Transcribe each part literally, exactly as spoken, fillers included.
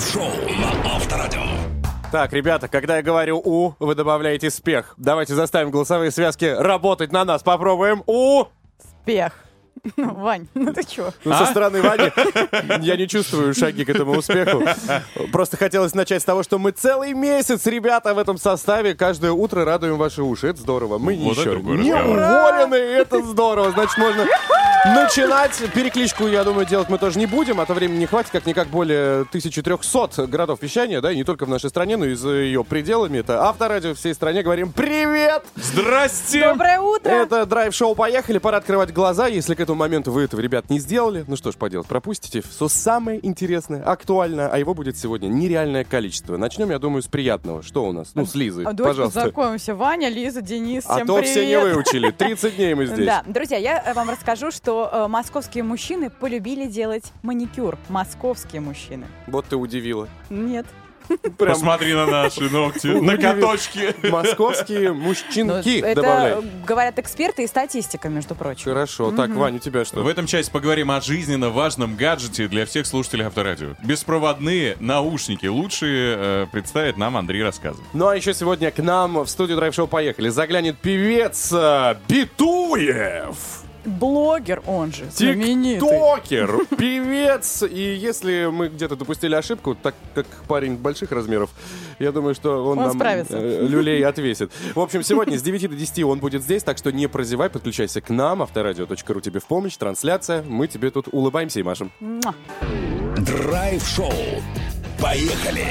Драйв-шоу на Авторадио. Так, ребята, когда я говорю «у», вы добавляете спех. Давайте заставим голосовые связки работать на нас. Попробуем «у». Спех. Ну, Вань, ну ты чё? Ну, со стороны Вани я не чувствую шаги к этому успеху. Просто хотелось начать с того, что мы целый месяц, ребята, в этом составе каждое утро радуем ваши уши. Это здорово. Мы Вот еще это не разговор. уволены, это здорово. Значит, можно начинать. Перекличку, я думаю, делать мы тоже не будем, а то времени не хватит. Как-никак более тысяча триста городов вещания, да, и не только в нашей стране, но и за ее пределами. Это Авторадио, всей стране говорим «Привет!» Здрасте! Доброе утро! Это драйв-шоу «Поехали». Пора открывать глаза. Если к этому моменту вы этого, ребят, не сделали, ну что ж поделать, пропустите все самое интересное, актуальное, а его будет сегодня нереальное количество. Начнем, я думаю, с приятного. Что у нас? Ну, с Лизы, А давайте пожалуйста. познакомимся. Ваня, Лиза, Денис, А всем то привет. все не выучили. тридцать дней мы здесь. Да, друзья, я э, вам расскажу, что э, московские мужчины полюбили делать маникюр. Московские мужчины. Вот ты удивила. Нет. Прям Посмотри на наши ногти, ноготочки. московские Ну, мужчинки, это добавляй. говорят эксперты и статистика, между прочим. Хорошо. Так, Вань, у тебя что? В этом части поговорим о жизненно важном гаджете для всех слушателей Авторадио. Беспроводные наушники. Лучшие э, представит нам Андрей Рассказов. Ну а еще сегодня к нам в студию драйв-шоу «Поехали» заглянет певец э, Битуев. Блогер, он же, знаменитый. Тиктокер, певец. И если мы где-то допустили ошибку, так как парень больших размеров, я думаю, что он, Он нам справится. э, люлей отвесит. В общем, сегодня с девяти до десяти он будет здесь, так что не прозевай, подключайся к нам. Авторадио точка ру тебе в помощь, трансляция. Мы тебе тут улыбаемся и машем. Муа. Драйв-шоу. Поехали.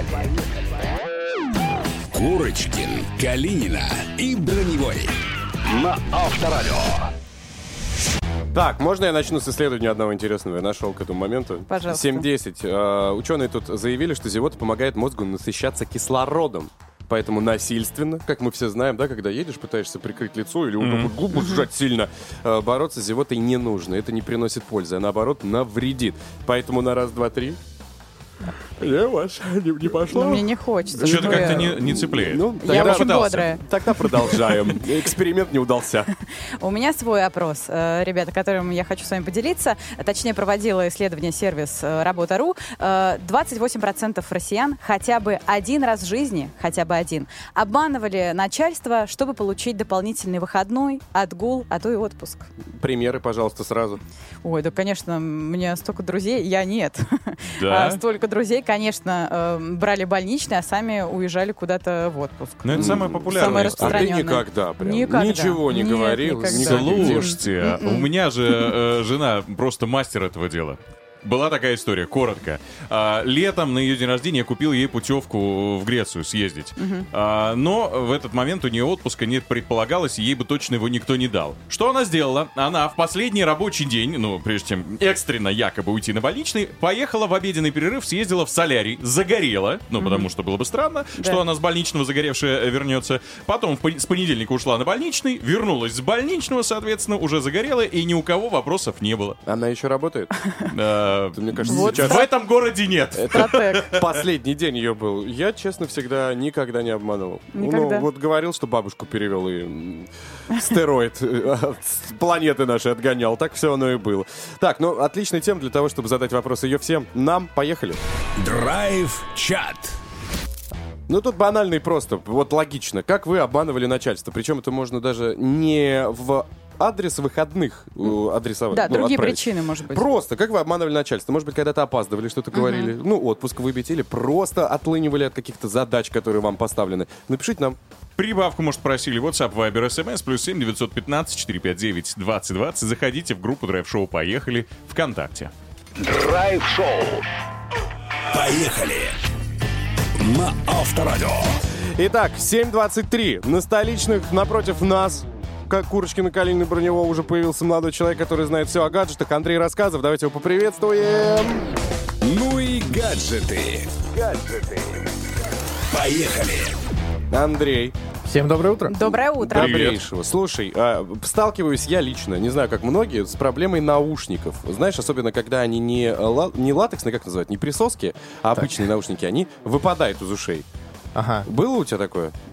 Курочкин, Калинина и Броневой. На Авторадио. Так, можно я начну с исследования одного интересного? Я нашел к этому моменту. Пожалуйста. семь десять. Э, ученые тут заявили, что зевота помогает мозгу насыщаться кислородом. Поэтому насильственно, как мы все знаем, да, когда едешь, пытаешься прикрыть лицо или mm-hmm. губы сжать сильно, э, бороться с зевотой не нужно. Это не приносит пользы, а наоборот навредит. Поэтому на раз, два, три... Не, Маш, не, не пошло. Ну, мне не хочется. Что-то чтобы- как-то не, не цепляет. Ну, Я тогда- очень бодрая. Тогда продолжаем. Эксперимент не удался. У меня свой опрос, э, ребята, которым я хочу с вами поделиться. Точнее, проводила исследование сервис э, Работа.ру. Э, двадцать восемь процентов россиян хотя бы один раз в жизни, хотя бы один, обманывали начальство, чтобы получить дополнительный выходной, отгул, а то и отпуск. Примеры, пожалуйста, сразу. Ой, да, конечно, у меня столько друзей, я нет. Да? А столько друзей, конечно, э, брали больничный, а сами уезжали куда-то в отпуск. Ну, это самое популярное. Самое А ты распространенное. никогда прям Никогда. ничего не Нет, говорил. никогда. никаких дел. Слушайте, у меня же э, жена просто мастер этого дела. Была такая история, коротко. А, летом на ее день рождения я купил ей путевку в Грецию съездить. Мгм. А, но в этот момент у нее отпуска не предполагалось, и ей бы точно его никто не дал. Что она сделала? Она в последний рабочий день, ну, прежде чем экстренно якобы уйти на больничный, поехала в обеденный перерыв, съездила в солярий, загорела, ну, потому что было бы странно, Да. что она с больничного загоревшая вернется. Потом в пон- с понедельника ушла на больничный, вернулась с больничного, соответственно, уже загорела, и ни у кого вопросов не было. Она еще работает? А, Мне кажется, Вот сейчас в этом городе нет. Стратег. последний день ее был. Я, честно, всегда никогда не обманывал. Никогда. Ну, вот говорил, что бабушку перевел и м, стероид э, с планеты нашей отгонял. Так все оно и было. Так, ну, отличная тема для того, чтобы задать вопрос ее всем. Нам, поехали. Драйв-чат. Ну, тут банально и просто. Вот логично. Как вы обманывали начальство? Причем это можно даже не в адрес выходных э, адресовать. Да, ну, другие отправить. причины, может быть. Просто, как вы обманывали начальство? Может быть, когда-то опаздывали, что-то говорили, ну, отпуск выбить, или просто отлынивали от каких-то задач, которые вам поставлены. Напишите нам. Прибавку, может, просили WhatsApp, Viber, эс эм эс, плюс семь девятьсот пятнадцать четыреста пятьдесят девять двадцать двадцать. Заходите в группу Драйв-шоу «Поехали» ВКонтакте. Драйв-шоу. Поехали. На Авторадио. Итак, семь двадцать три. На столичных напротив нас, как Курочкина, Калинина, Броневого, уже появился молодой человек, который знает все о гаджетах. Андрей Рассказов. Давайте его поприветствуем. Ну и гаджеты. Гаджеты. Поехали. Андрей. Всем доброе утро. Доброе утро. Привет. Добрейшего. Слушай, а, сталкиваюсь я лично, не знаю, как многие, с проблемой наушников. Знаешь, особенно когда они не, ла- не латексные, как называют, не присоски, а обычные наушники, они выпадают из ушей. Ага. Было у тебя такое?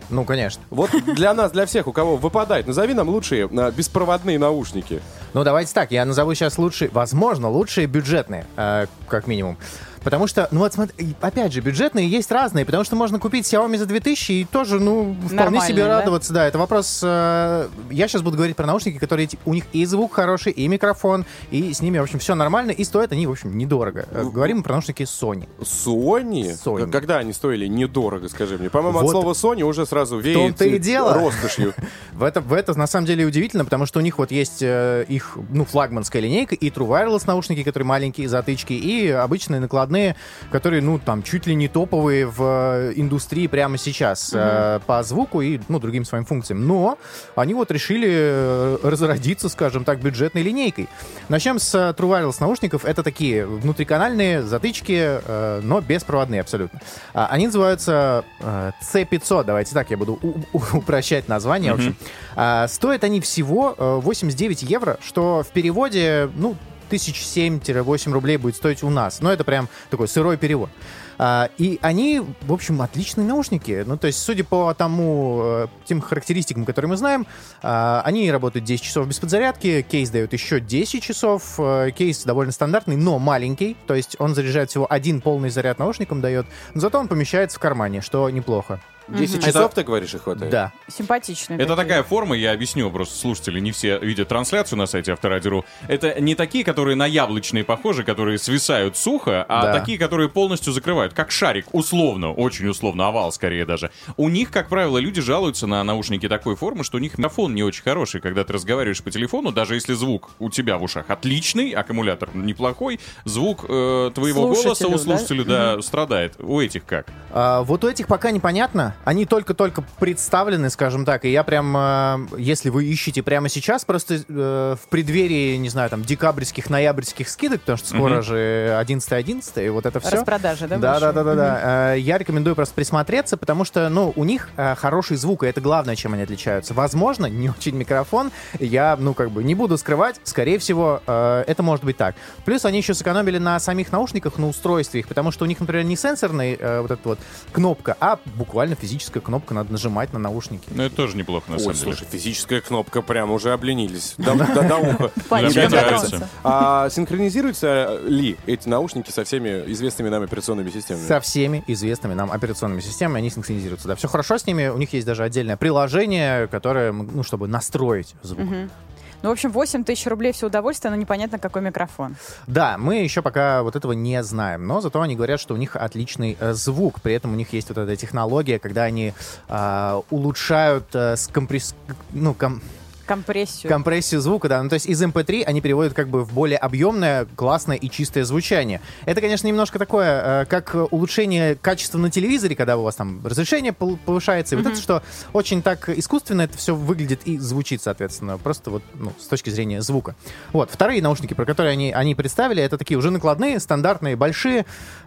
Ну, конечно. Вот для нас, для всех, у кого выпадает, назови нам лучшие а, беспроводные наушники. Ну, давайте так, я назову сейчас лучшие, возможно, лучшие бюджетные, э, как минимум. Потому что, ну вот смотри, опять же, бюджетные есть разные, потому что можно купить Xiaomi за две тысячи и тоже, ну, вполне Нормально, себе да? радоваться. Да, это вопрос... Э, я сейчас буду говорить про наушники, которые, типа, у них и звук хороший, и микрофон, и с ними, в общем, все нормально, и стоят они, в общем, недорого. Э, Говорим про наушники Sony. Sony? Sony. К- Когда они стоили недорого, скажи мне? По-моему, Вот. от слова Sony уже сразу веет том-то и дело. роскошью. В это, в это на самом деле удивительно, потому что у них вот есть э, их, ну, флагманская линейка, и True Wireless наушники, которые маленькие, затычки, и обычные накладные, которые, ну, там, чуть ли не топовые в э, индустрии прямо сейчас э, по звуку и, ну, другим своим функциям. Но они вот решили э, разродиться, скажем так, бюджетной линейкой. Начнем с э, True Wireless наушников. Это такие внутриканальные затычки, э, но беспроводные абсолютно. А, они называются э, си пятьсот. Давайте так, я буду у- у- упрощать название. В общем, А, стоят они всего э, восемьдесят девять евро, что в переводе, ну, тысяча семь-восемь рублей будет стоить у нас. Но это прям такой сырой перевод. А, и они, в общем, отличные наушники. Ну, то есть, судя по тому, э, тем характеристикам, которые мы знаем, а, они работают десять часов без подзарядки, кейс дает еще десять часов, э, кейс довольно стандартный, но маленький, то есть он заряжает всего один полный заряд наушникам дает, но зато он помещается в кармане, что неплохо. десять Это- часов, ты говоришь, их хватает? Да. Симпатичные Это такие. такая форма, я объясню, просто слушатели не все видят трансляцию на сайте Авторадио.ру. Это не такие, которые на яблочные похожи, которые свисают сухо, а Да. такие, которые полностью закрывают, как шарик, условно, очень условно, овал скорее даже. У них, как правило, люди жалуются на наушники такой формы, что у них микрофон не очень хороший, когда ты разговариваешь по телефону, даже если звук у тебя в ушах отличный, аккумулятор неплохой, звук э, твоего голоса Слушателю, у слушателя, да, страдает. У этих как? А, вот у этих пока непонятно. Они только-только представлены, скажем так. И я прям, э, если вы ищете прямо сейчас, просто э, в преддверии, не знаю, там, декабрьских, ноябрьских скидок, потому что скоро Мгм. же одиннадцатое одиннадцатое, и вот это все. Распродажи, да, Да, большие? да, да, да, да. Э, Я рекомендую просто присмотреться, потому что, ну, у них э, хороший звук, и это главное, чем они отличаются. Возможно, не очень микрофон. Я, ну, как бы не буду скрывать. Скорее всего, э, это может быть так. Плюс они еще сэкономили на самих наушниках, на устройстве их, потому что у них, например, не сенсорный э, вот эта вот кнопка, а буквально физическая кнопка, надо нажимать на наушники. Ну, это тоже неплохо, на Ой, самом деле. слушай, физическая кнопка прям уже обленились. До, до- до уха. Пальчиком Мне дотронуться. нравится. А синхронизируются ли эти наушники со всеми известными нам операционными системами? Со всеми известными нам операционными системами они синхронизируются. Да, все хорошо с ними. У них есть даже отдельное приложение, которое, ну, чтобы настроить звук. Ну, в общем, восемь тысяч рублей все удовольствие, но непонятно, какой микрофон. Да, мы еще пока вот этого не знаем, но зато они говорят, что у них отличный э, звук, при этом у них есть вот эта технология, когда они э, улучшают э, скомпресс... ну, ком... Компрессию. компрессию звука, да. Ну, то есть из эм пэ три они переводят как бы в более объемное, классное и чистое звучание. Это, конечно, немножко такое, э, как улучшение качества на телевизоре, когда у вас там разрешение пол- повышается. И вот это, что очень так искусственно это все выглядит и звучит, соответственно, просто вот, ну, с точки зрения звука. Вот. Вторые наушники, про которые они, они представили, это такие уже накладные, стандартные, большие.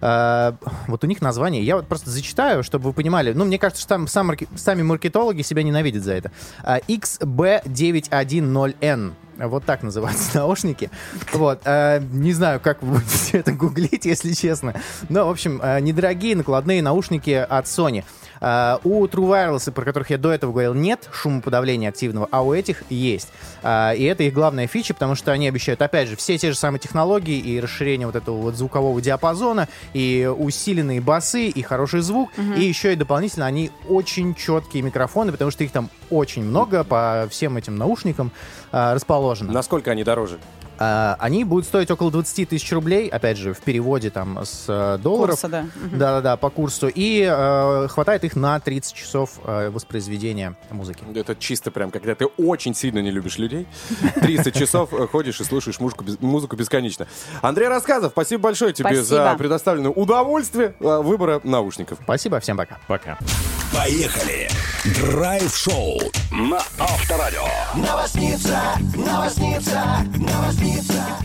Э, вот у них название. Я вот просто зачитаю, чтобы вы понимали. Ну, мне кажется, что там сам марки- сами маркетологи себя ненавидят за это. Э, икс би девять ноль эн. Вот так называются наушники. Вот. Э, не знаю, как вы будете все это гуглить, если честно. Но, в общем, э, недорогие накладные наушники от Sony. Э, у True Wireless, про которых я до этого говорил, нет шумоподавления активного, а у этих есть. Э, и это их главная фича, потому что они обещают, опять же, все те же самые технологии и расширение вот этого вот звукового диапазона, и усиленные басы, и хороший звук, и еще и дополнительно они очень четкие микрофоны, потому что их там очень много по всем этим наушникам э, расположено. Насколько они дороже? А, они будут стоить около двадцать тысяч рублей, опять же, в переводе там с э, долларов. Курса, да. Мгм. Да-да-да, по курсу. И э, хватает их на тридцать часов э, воспроизведения музыки. Это чисто прям, когда ты очень сильно не любишь людей. тридцать часов э, ходишь и слушаешь музыку, без- музыку бесконечно. Андрей Рассказов, спасибо большое тебе за Спасибо. предоставленное удовольствие э, выбора наушников. Спасибо, всем пока. Пока. Поехали! Драйв-шоу на Авторадио. Новосница, новосница, новосница, новосница.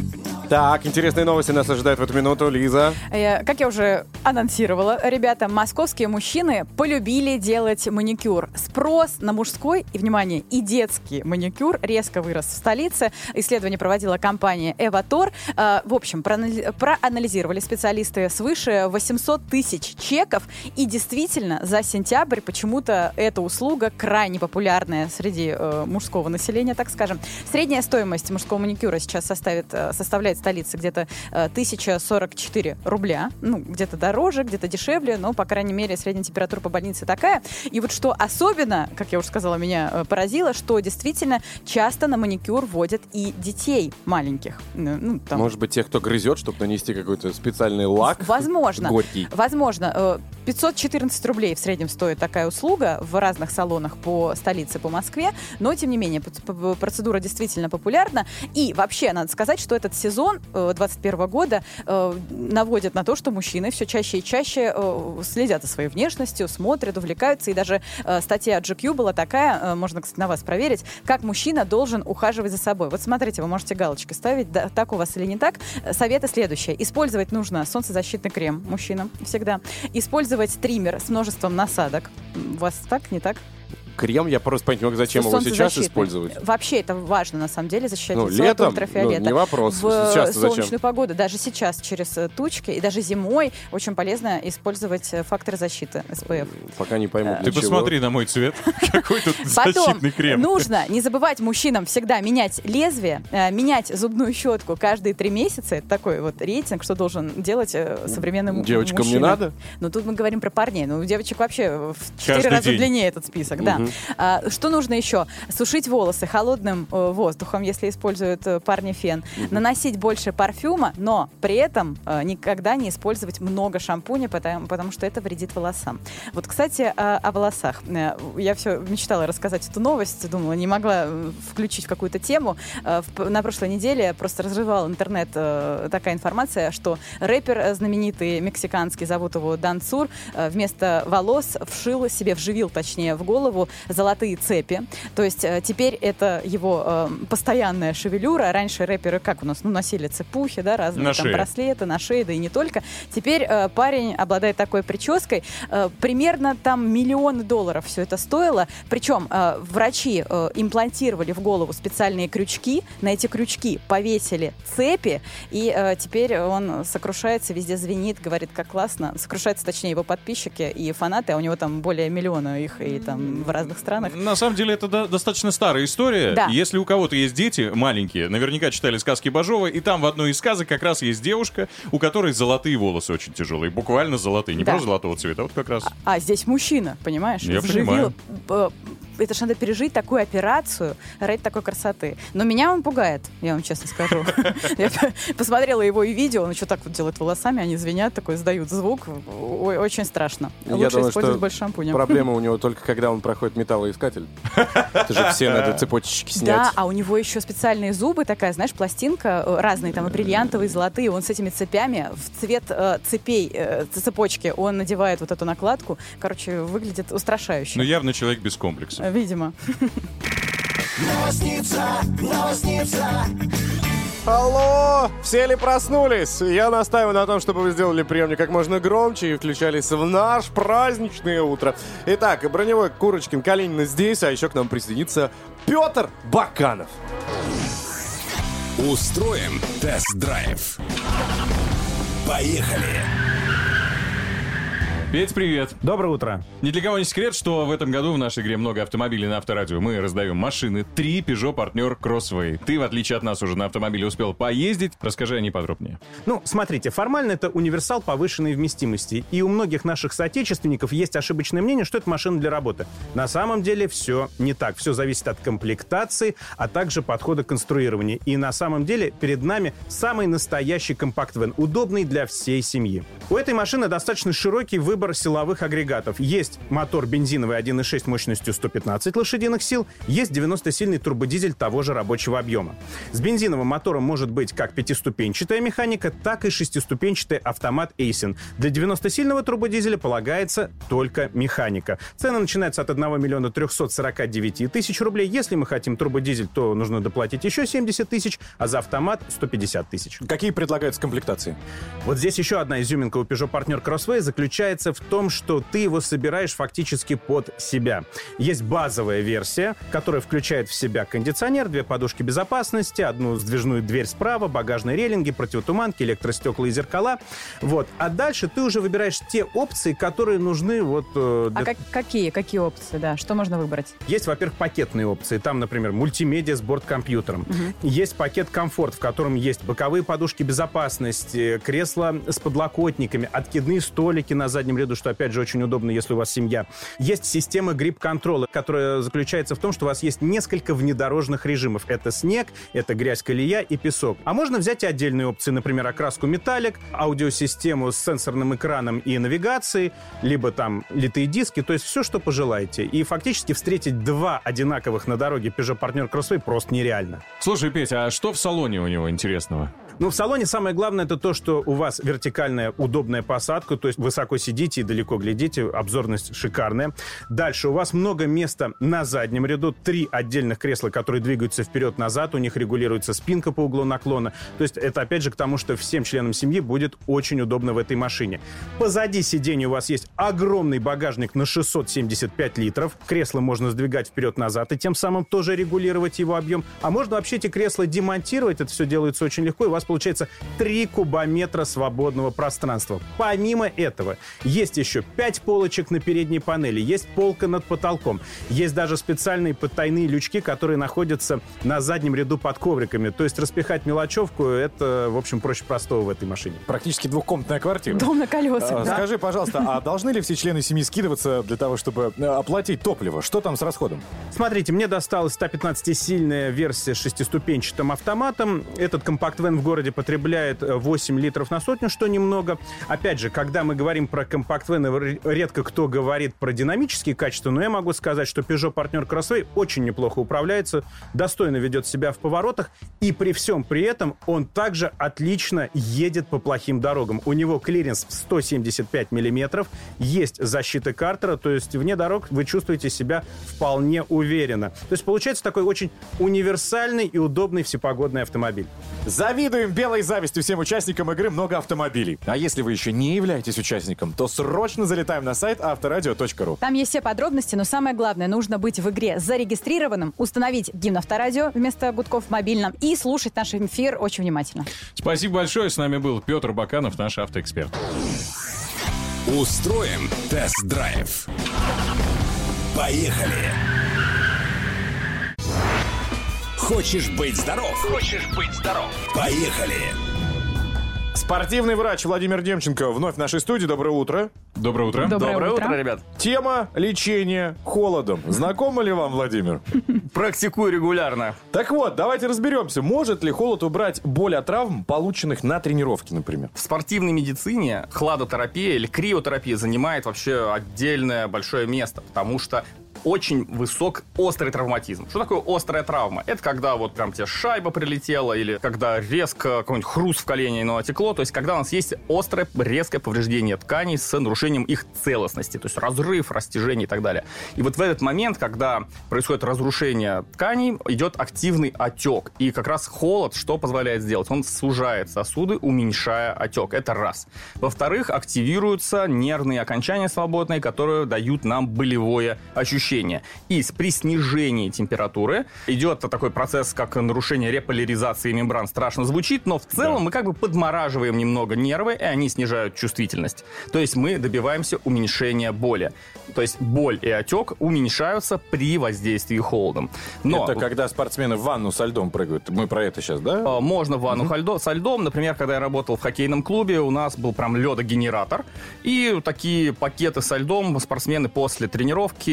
Так, интересные новости нас ожидают в эту минуту. Лиза. Э, Как я уже анонсировала, ребята, московские мужчины полюбили делать маникюр. Спрос на мужской, и, внимание, и детский маникюр резко вырос в столице. Исследование проводила компания «Эватор». Э, В общем, проанали- проанализировали специалисты свыше восемьсот тысяч чеков. И действительно, за сентябрь почему-то эта услуга крайне популярная среди э, мужского населения, так скажем. Средняя стоимость мужского маникюра сейчас составит, э, составляет в столице где-то э, тысяча сорок четыре рубля. Ну, где-то дороже, где-то дешевле, но, по крайней мере, средняя температура по больнице такая. И вот что особенно, как я уже сказала, меня э, поразило, что действительно часто на маникюр водят и детей маленьких. Ну, ну, там, Может быть, тех, кто грызет, чтобы нанести какой-то специальный лак? Возможно. Горький. Возможно. э, пятьсот четырнадцать рублей в среднем стоит такая услуга в разных салонах по столице, по Москве. Но, тем не менее, п- п- процедура действительно популярна. И вообще, надо сказать, что этот сезон э, двадцать первого года э, наводит на то, что мужчины все чаще и чаще э, следят за своей внешностью, смотрят, увлекаются. И даже э, статья джи кью была такая, э, можно, кстати, на вас проверить, как мужчина должен ухаживать за собой. Вот смотрите, вы можете галочки ставить, да, так у вас или не так. Советы следующие. Использовать нужно солнцезащитный крем мужчинам всегда. Использовать триммер с множеством насадок. У вас так, не так? Крем, я просто понять не могу, зачем его сейчас Солнцезащитный. использовать. Вообще это важно, на самом деле, защищать Ну, лицо летом, от ультрафиолета. ну, не вопрос. В Сейчас-то зачем? солнечную погоду, даже сейчас через э, тучки, и даже зимой очень полезно использовать э, факторы защиты эс пэ эф. Пока не пойму, Ты для Ты чего. посмотри на мой цвет. Какой тут Потом защитный крем. нужно не забывать мужчинам всегда менять лезвие, э, менять зубную щетку каждые три месяца. Это такой вот рейтинг, что должен делать э, современный му- Девочкам мужчина. не надо? Ну, тут мы говорим про парней. Ну, у девочек вообще в четыре Каждый раза день. длиннее этот список, да. А, что нужно еще? Сушить волосы холодным э, воздухом, если используют э, парни фен. Наносить больше парфюма, но при этом э, никогда не использовать много шампуня, потому, потому что это вредит волосам. Вот, кстати, о, о волосах. Э, Я все мечтала рассказать эту новость, думала, не могла э, включить в какую-то тему. Э, в- На прошлой неделе просто разрывал интернет э, такая информация, что рэпер э, знаменитый мексиканский, зовут его Дан Сур, э, вместо волос вшил себе, вживил, точнее, в голову золотые цепи. То есть э, теперь это его э, постоянная шевелюра. Раньше рэперы как у нас, ну, носили цепухи, да, разные На там шее. браслеты, на шее, да и не только. Теперь э, парень обладает такой прической. Э, примерно там миллион долларов все это стоило. Причем э, врачи э, имплантировали в голову специальные крючки. На эти крючки повесили цепи. И э, теперь он сокрушается, везде звенит, говорит, как классно. Сокрушаются, точнее, его подписчики и фанаты, а у него там более миллиона их и там в разных странах. На самом деле это до- достаточно старая история. Да. Если у кого-то есть дети маленькие, наверняка читали сказки Бажова, и там в одной из сказок как раз есть девушка, у которой золотые волосы очень тяжелые, буквально золотые, не Да. просто золотого цвета, а вот как раз. А здесь мужчина, понимаешь? Я Вживил, понимаю. э, Это ж надо пережить такую операцию ради такой красоты. Но меня он пугает, я вам честно скажу. Я посмотрела его и видео, он еще так вот делает волосами, они звенят, такой издают звук. Ой, очень страшно. Я Лучше думаю, использовать что больше шампуня. проблема у него только когда он проходит металлоискатель. Это же все надо цепочечки снять. Да, а у него еще специальные зубы, такая, знаешь, пластинка, э, разные, там, и бриллиантовые, и золотые. Он с этими цепями в цвет э, цепей, э, цепочки, он надевает вот эту накладку. Короче, выглядит устрашающе. Ну, явно человек без комплекса. Э, Видимо. Алло! Все ли проснулись? Я настаиваю на том, чтобы вы сделали приемник как можно громче и включались в наш праздничное утро. Итак, Броневой, Курочкин, Калинин здесь, а еще к нам присоединится Петр Баканов. Устроим тест-драйв. Поехали! Петь, привет. Доброе утро. Ни для кого не секрет, что в этом году в нашей игре много автомобилей на Авторадио. Мы раздаем машины. Три Peugeot Partner Crossway. Ты, в отличие от нас, уже на автомобиле успел поездить. Расскажи о ней подробнее. Ну, смотрите, формально это универсал повышенной вместимости. И у многих наших соотечественников есть ошибочное мнение, что это машина для работы. На самом деле все не так. Все зависит от комплектации, а также подхода к конструированию. И на самом деле перед нами самый настоящий компакт-вэн, удобный для всей семьи. У этой машины достаточно широкий выбор выбор силовых агрегатов. Есть мотор бензиновый один и шесть мощностью сто пятнадцать лошадиных сил, есть девяностосильный турбодизель того же рабочего объема. С бензиновым мотором может быть как пятиступенчатая механика, так и шестиступенчатый автомат Aisin. Для девяностосильного турбодизеля полагается только механика. Цена начинается от одного миллиона трехсот сорока девяти тысяч рублей. Если мы хотим турбодизель, то нужно доплатить еще семьдесят тысяч, а за автомат сто пятьдесят тысяч. Какие предлагаются комплектации? Вот здесь еще одна изюминка у Peugeot Partner Crossway заключается в том, что ты его собираешь фактически под себя. Есть базовая версия, которая включает в себя кондиционер, две подушки безопасности, одну сдвижную дверь справа, багажные рейлинги, противотуманки, электростекла и зеркала. Вот. А дальше ты уже выбираешь те опции, которые нужны вот... Э, для... А как, какие? Какие опции, да? Что можно выбрать? Есть, во-первых, пакетные опции. Там, например, мультимедиа с борт-компьютером. Угу. Есть пакет комфорт, в котором есть боковые подушки безопасности, кресла с подлокотниками, откидные столики на заднем ряду, что, опять же, очень удобно, если у вас семья. Есть система грип-контрола, которая заключается в том, что у вас есть несколько внедорожных режимов. Это снег, это грязь, колея и песок. А можно взять и отдельные опции, например, окраску металлик, аудиосистему с сенсорным экраном и навигацией, либо там литые диски, то есть все, что пожелаете. И фактически встретить два одинаковых на дороге Peugeot Partner Crossway просто нереально. Слушай, Петя, а что в салоне у него интересного? Ну, в салоне самое главное это то, что у вас вертикальная удобная посадка, то есть высоко сидите и далеко глядите, обзорность шикарная. Дальше у вас много места на заднем ряду, три отдельных кресла, которые двигаются вперед-назад, у них регулируется спинка по углу наклона. То есть это опять же к тому, что всем членам семьи будет очень удобно в этой машине. Позади сиденья у вас есть огромный багажник на шестьсот семьдесят пять литров. Кресла можно сдвигать вперед-назад и тем самым тоже регулировать его объем. А можно вообще эти кресла демонтировать, это все делается очень легко, и у вас получается три кубометра свободного пространства. Помимо этого, есть еще пять полочек на передней панели, есть полка над потолком, есть даже специальные потайные лючки, которые находятся на заднем ряду под ковриками. То есть распихать мелочевку, это, в общем, проще простого в этой машине. Практически двухкомнатная квартира. Дом на колесах, а, да. Скажи, пожалуйста, а должны ли все члены семьи скидываться для того, чтобы оплатить топливо? Что там с расходом? Смотрите, мне досталась сто пятнадцатисильная версия с шестиступенчатым автоматом. Этот компакт-вэн в городе потребляет восемь литров на сотню, что немного. Опять же, когда мы говорим про компакт-вэн, редко кто говорит про динамические качества, но я могу сказать, что Peugeot Partner Crossway очень неплохо управляется, достойно ведет себя в поворотах, и при всем при этом он также отлично едет по плохим дорогам. У него клиренс в сто семьдесят пять миллиметров, есть защита картера, то есть вне дорог вы чувствуете себя вполне уверенно. То есть получается такой очень универсальный и удобный всепогодный автомобиль. Завидуем белой завистью всем участникам игры «Много автомобилей». А если вы еще не являетесь участником, то срочно залетаем на сайт авторадио точка ру. Там есть все подробности, но самое главное, нужно быть в игре зарегистрированным, установить гимн Авторадио вместо гудков в мобильном и слушать наш эфир очень внимательно. Спасибо большое. С нами был Петр Баканов, наш автоэксперт. Устроим тест-драйв. Поехали! Хочешь быть здоров? Хочешь быть здоров? Поехали! Спортивный врач Владимир Демченко вновь в нашей студии. Доброе утро. Доброе утро. Доброе, Доброе утро. утро, ребят. Тема лечения холодом. Знакома ли вам, Владимир? Практикую регулярно. Так вот, давайте разберемся. Может ли холод убрать боль от травм, полученных на тренировке, например? В спортивной медицине хладотерапия или криотерапия занимает вообще отдельное большое место, потому что очень высок острый травматизм. Что такое острая травма? Это когда вот прям тебе шайба прилетела, или когда резко какой-нибудь хруст в колене ну, отекло. То есть когда у нас есть острое, резкое повреждение тканей с нарушением их целостности. То есть разрыв, растяжение и так далее. И вот в этот момент, когда происходит разрушение тканей, идет активный отек. И как раз холод что позволяет сделать? Он сужает сосуды, уменьшая отек. Это раз. Во-вторых, активируются нервные окончания свободные, которые дают нам болевое ощущение. И при снижении температуры идет такой процесс, как нарушение реполяризации мембран. Страшно звучит, но в целом да. мы как бы подмораживаем немного нервы, и они снижают чувствительность. То есть мы добиваемся уменьшения боли. То есть боль и отек уменьшаются при воздействии холодом. Но это когда спортсмены в ванну со льдом прыгают. Мы про это сейчас, да? Можно в ванну uh-huh. со льдом. Например, когда я работал в хоккейном клубе, у нас был прям ледогенератор. И такие пакеты со льдом спортсмены после тренировки или после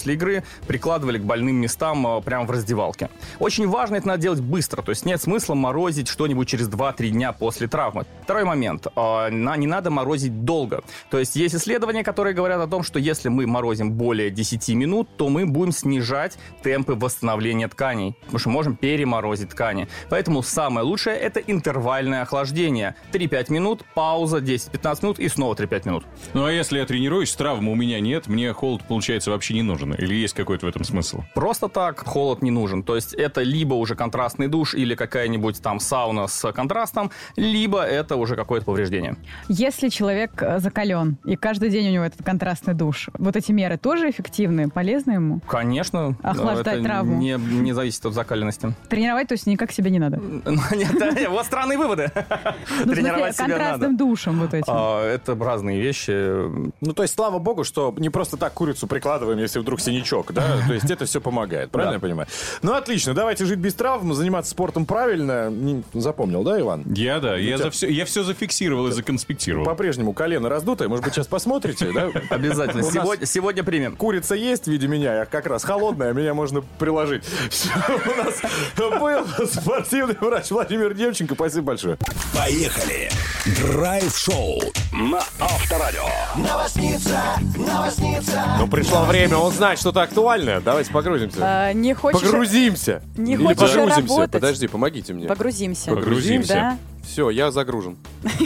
после игры прикладывали к больным местам э, прямо в раздевалке. Очень важно это надо делать быстро, то есть нет смысла морозить что-нибудь через два-три дня после травмы. Второй момент. Э, на, не надо морозить долго. То есть есть исследования, которые говорят о том, что если мы морозим более десяти минут, то мы будем снижать темпы восстановления тканей, потому что можем переморозить ткани. Поэтому самое лучшее — это интервальное охлаждение. три-пять минут, пауза десять-пятнадцать минут и снова три-пять минут. Ну а если я тренируюсь, травмы у меня нет, мне холод, получается, вообще не нужен? Или есть какой-то в этом смысл? Просто так холод не нужен. То есть это либо уже контрастный душ или какая-нибудь там сауна с контрастом, либо это уже какое-то повреждение. Если человек э, закален, и каждый день у него этот контрастный душ, вот эти меры тоже эффективны, полезны ему? Конечно. Охлаждать это травму. Не, не зависит от закаленности. Тренировать, то есть, никак себя не надо? Нет, вот странные выводы. Тренировать себя надо. Контрастным душем вот этим. Это разные вещи. Ну, то есть, слава богу, что не просто так курицу прикладываем, если вдруг синячок, да? То есть это все помогает, правильно я понимаю? Ну, отлично, давайте жить без травм, заниматься спортом правильно. Запомнил, да, Иван? Я, да, я, за все, я все зафиксировал и законспектировал. По-прежнему колено раздутое, может быть, сейчас посмотрите, да? Обязательно. Сегодня, сегодня примем. Курица есть в виде меня, я как раз холодная, меня можно приложить. Все, у нас был спортивный врач Владимир Демченко. Спасибо большое. Поехали! Драйв-шоу на Авторадио. Новосница, новосница. Ну, пришло время узнать что-то актуальное. Давайте погрузимся. А, не хочешь... Погрузимся. Не Или хочешь погрузимся. работать? Подожди, помогите мне. Погрузимся. Погрузимся. Да. Все, я загружен.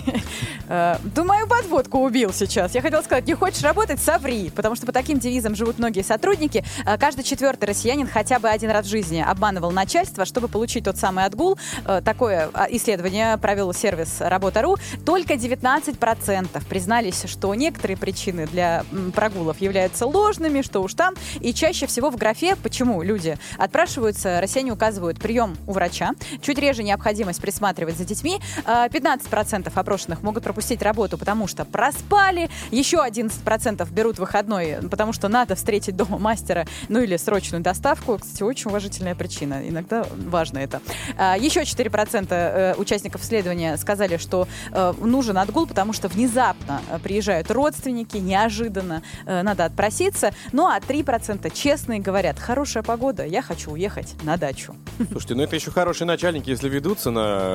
Э, Да мою подводку убил сейчас. Я хотела сказать, не хочешь работать, соври. Потому что по таким девизам живут многие сотрудники. Э, Каждый четвертый россиянин хотя бы один раз в жизни обманывал начальство, чтобы получить тот самый отгул. Э, Такое а, исследование провел сервис Работа.ру. Только девятнадцать процентов признались, что некоторые причины для м, прогулов являются ложными, что уж там. И чаще всего в графе, почему люди отпрашиваются, россияне указывают прием у врача. Чуть реже необходимость присматривать за детьми. пятнадцать процентов опрошенных могут пропустить работу, потому что проспали. Еще одиннадцать процентов берут выходной, потому что надо встретить дома мастера, ну или срочную доставку. Кстати, очень уважительная причина. Иногда важно это. Еще четыре процента участников исследования сказали, что нужен отгул, потому что внезапно приезжают родственники, неожиданно надо отпроситься. Ну а три процента честные говорят: хорошая погода, я хочу уехать на дачу. Слушайте, ну это еще хорошие начальники, если ведутся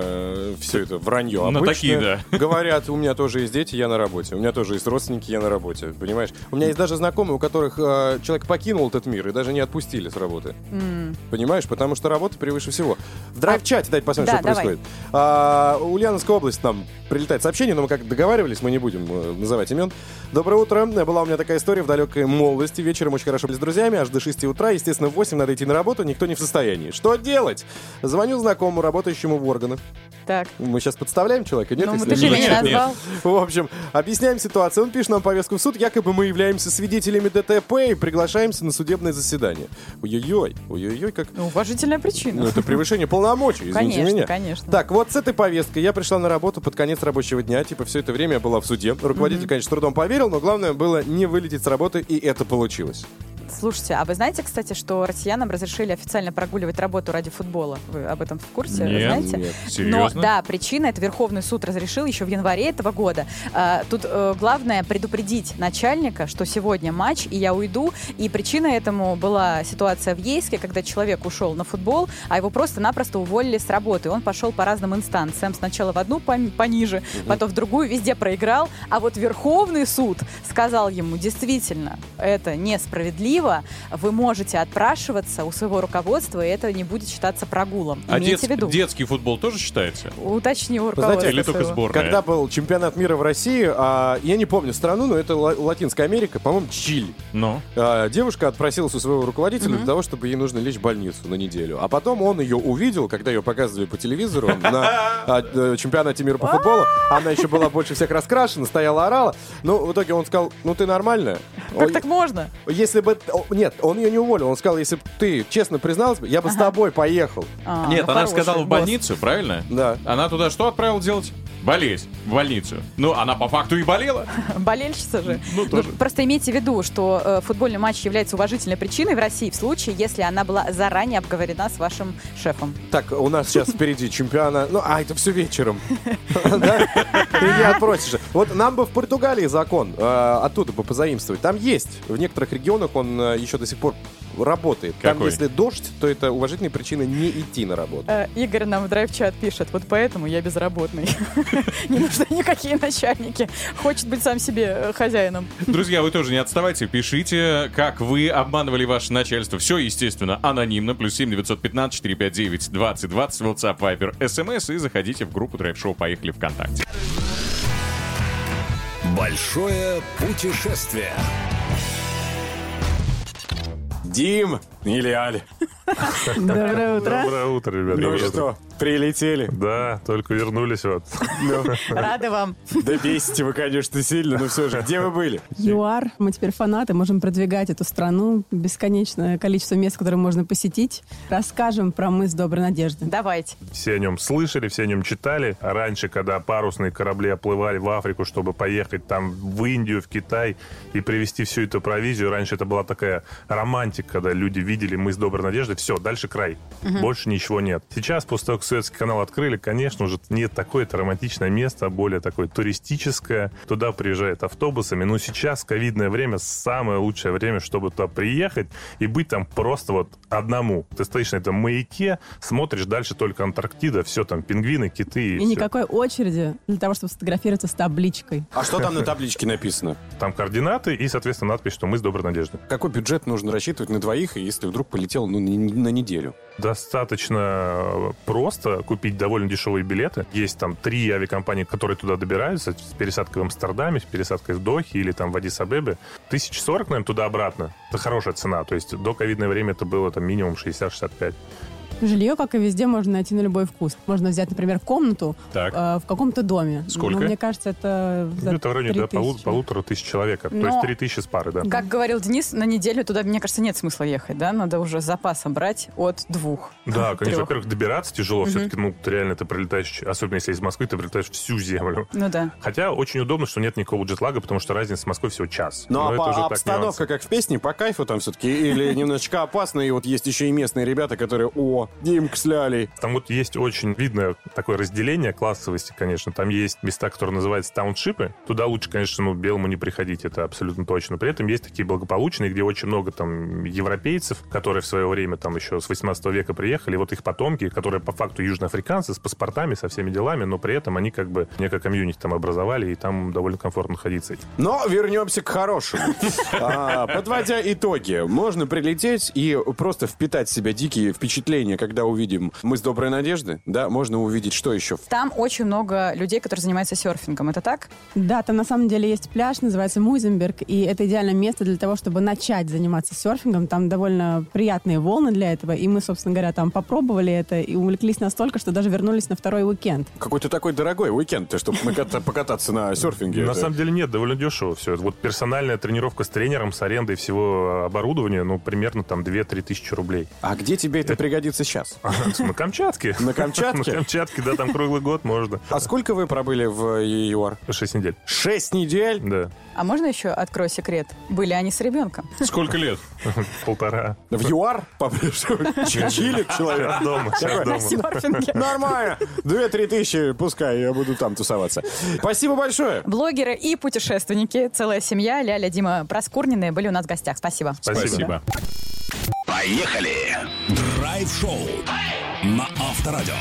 на все это вранье. Ну, Обычно такие, да. говорят: у меня тоже есть дети, я на работе. У меня тоже есть родственники, я на работе. Понимаешь? У меня есть даже знакомые, у которых э, человек покинул этот мир и даже не отпустили с работы. Mm. Понимаешь? Потому что работа превыше всего. В драйв-чате, дайте посмотрим, да, что происходит. А, Ульяновская область, там прилетает сообщение, но мы как договаривались, мы не будем э, называть имен. Доброе утро. Была у меня такая история в далекой молодости. Вечером очень хорошо были с друзьями, аж до шести утра. Естественно, в восемь надо идти на работу, никто не в состоянии. Что делать? Звоню знакомому, работающему в органах. Так. Мы сейчас подставляем человека, нет? Ну, если ты же нет? меня назвал. В общем, объясняем ситуацию. Он пишет нам повестку в суд. Якобы мы являемся свидетелями ДТП и приглашаемся на судебное заседание. Ой-ой-ой, ой-ой-ой, как... Ну, уважительная причина. Ну, это превышение полномочий, извините Конечно, меня. конечно. Так, вот с этой повесткой я пришла на работу под конец рабочего дня. Типа, все это время я была в суде. Руководитель, mm-hmm. конечно, трудом поверил, но главное было не вылететь с работы, и это получилось. Слушайте, а вы знаете, кстати, что россиянам разрешили официально прогуливать работу ради футбола? Вы об этом в курсе? Нет, знаете? нет. Серьезно? Но, да, причина — это Верховный суд разрешил еще в январе этого года. А, тут э, главное предупредить начальника, что сегодня матч, и я уйду. И причина этому была ситуация в Ейске, когда человек ушел на футбол, а его просто-напросто уволили с работы. Он пошел по разным инстанциям. Сначала в одну пониже, угу. потом в другую, везде проиграл. А вот Верховный суд сказал ему: действительно, это несправедливо. Вы можете отпрашиваться у своего руководства, и это не будет считаться прогулом. А Имейте дет, в виду. детский футбол тоже считается? Уточни у руководства. Знаете, или только своего. сборная? Когда был чемпионат мира в России, а, я не помню страну, но это Ла- Латинская Америка, по-моему, Чили. Ну? А, девушка отпросилась у своего руководителя Mm-hmm. для того, чтобы ей нужно лечь в больницу на неделю. А потом он ее увидел, когда ее показывали по телевизору на а, чемпионате мира по футболу. Она еще была больше всех раскрашена, стояла, орала. Ну, в итоге он сказал: ну ты нормальная. Как Ой, так можно? Если бы... о, Нет, он ее не уволил. Он сказал: если бы ты честно призналась, я бы с тобой поехал. А, Нет, ну, она хороший сказала в босс. больницу, правильно? Да. Она туда что отправила делать? Болеть в больницу. Ну, она по факту и болела. Болельщица же. Ну, тоже. Просто имейте в виду, что э, футбольный матч является уважительной причиной в России в случае, если она была заранее обговорена с вашим шефом. Так, у нас сейчас впереди чемпионат. Ну, а это все вечером. Да? Ты не отпросишь. Вот нам бы в Португалии закон э, оттуда бы позаимствовать. Там есть. В некоторых регионах он э, еще до сих пор работает. Там, Какой? если дождь, то это уважительная причина не идти на работу. Э, Игорь нам в драйв-чат пишет, вот поэтому я безработный. Не нужны никакие начальники. Хочет быть сам себе э, хозяином. Друзья, вы тоже не отставайте, пишите, как вы обманывали ваше начальство. Все, естественно, анонимно. Плюс семь девятьсот пятнадцать четыреста пятьдесят девять двадцать двадцать, WhatsApp, Viber, эс эм эс и заходите в группу Драйв-шоу «Поехали» ВКонтакте. Большое путешествие. Дим или Аля. Доброе утро. Доброе утро, ребята. Ну Доброе утро. что, прилетели? Да, только вернулись вот. Рады вам. Да бесите вы, конечно, сильно, но все же, где вы были? ЮАР, мы теперь фанаты, можем продвигать эту страну, бесконечное количество мест, которые можно посетить. Расскажем про мыс Доброй Надежды. Давайте. Все о нем слышали, все о нем читали. А раньше, когда парусные корабли оплывали в Африку, чтобы поехать там в Индию, в Китай и привезти всю эту провизию, раньше это была такая романтика, когда люди видели мыс Доброй Надежды, все, дальше край. Угу. Больше ничего нет. Сейчас, после того, как Суэцкий канал открыли, конечно, уже нет такое-то романтичное место, а более такое туристическое. Туда приезжают автобусами. Но сейчас, ковидное время, самое лучшее время, чтобы туда приехать и быть там просто вот одному. Ты стоишь на этом маяке, смотришь, дальше только Антарктида, все там, пингвины, киты и, И все. никакой очереди для того, чтобы сфотографироваться с табличкой. А что там на табличке написано? Там координаты и, соответственно, надпись, что мы с Доброй Надежды. Какой бюджет нужно рассчитывать на двоих, если вдруг полетел ну, на неделю? Достаточно просто купить довольно дешевые билеты. Есть там три авиакомпании, которые туда добираются с пересадкой в Амстердаме, с пересадкой в Дохе или там в Аддис-Абебе. Тысяч сорок, наверное, туда-обратно. Это хорошая цена. То есть до ковидное время это было там минимум шестьдесят-шестьдесят пять. Жилье, как и везде, можно найти на любой вкус. Можно взять, например, комнату Так. э, в каком-то доме. Сколько? Ну, мне кажется, это за Где-то в районе три да, полу- тысячи. полутора тысяч человека. То Но- есть три тысячи с пары, да. Как говорил Денис, на неделю туда, мне кажется, нет смысла ехать, да? Надо уже с запасом брать от двух. Да, конечно, Трех. во-первых, добираться тяжело. Все-таки, ну, ты реально ты прилетаешь, особенно если из Москвы, ты прилетаешь всю землю. Ну да. Хотя очень удобно, что нет никакого джетлага, потому что разница с Москвой всего час. Ну, Но а это по- уже так обстановка, нюансы. как в песне, по кайфу там все-таки? Или немножечко опасно, и вот есть еще и местные ребята, которые, о, Димка с Лялей. Там вот есть очень видное такое разделение классовости, конечно. Там есть места, которые называются тауншипы. Туда лучше, конечно, ну, белому не приходить, это абсолютно точно. При этом есть такие благополучные, где очень много там европейцев, которые в свое время там еще с восемнадцатого века приехали, вот их потомки, которые по факту южноафриканцы с паспортами, со всеми делами, но при этом они как бы некое комьюнити там образовали, и там довольно комфортно находиться. Но вернемся к хорошему. А, Подводя итоги, можно прилететь и просто впитать в себя дикие впечатления, когда увидим «Мы с Доброй Надежды». Да, можно увидеть, что еще. Там очень много людей, которые занимаются серфингом. Это так? Да, там на самом деле есть пляж, называется Муйзенберг, и это идеальное место для того, чтобы начать заниматься серфингом. Там довольно приятные волны для этого, и мы, собственно говоря, там попробовали это и увлеклись настолько, что даже вернулись на второй уикенд. Какой-то такой дорогой уикенд, чтобы покататься на серфинге. На самом деле нет, довольно дешево все. Вот персональная тренировка с тренером, с арендой всего оборудования, ну, примерно там две-три тысячи рублей. А где тебе это пригодится сейчас? На Камчатке. На Камчатке? На Камчатке, да, там круглый год можно. А сколько вы пробыли в ЮАР? Шесть недель. Шесть недель? Да. А можно еще открою секрет? Были они с ребенком? Сколько лет? Полтора. В ЮАР? По-прежнему? Чилик человек? Сейчас дома, сейчас дома. Серфинге. Нормально. Две-три тысячи, пускай, я буду там тусоваться. Спасибо большое. Блогеры и путешественники, целая семья, Ляля, Дима Проскурнины были у нас в гостях. Спасибо. Спасибо. Поехали! Драйв-шоу на Авторадио.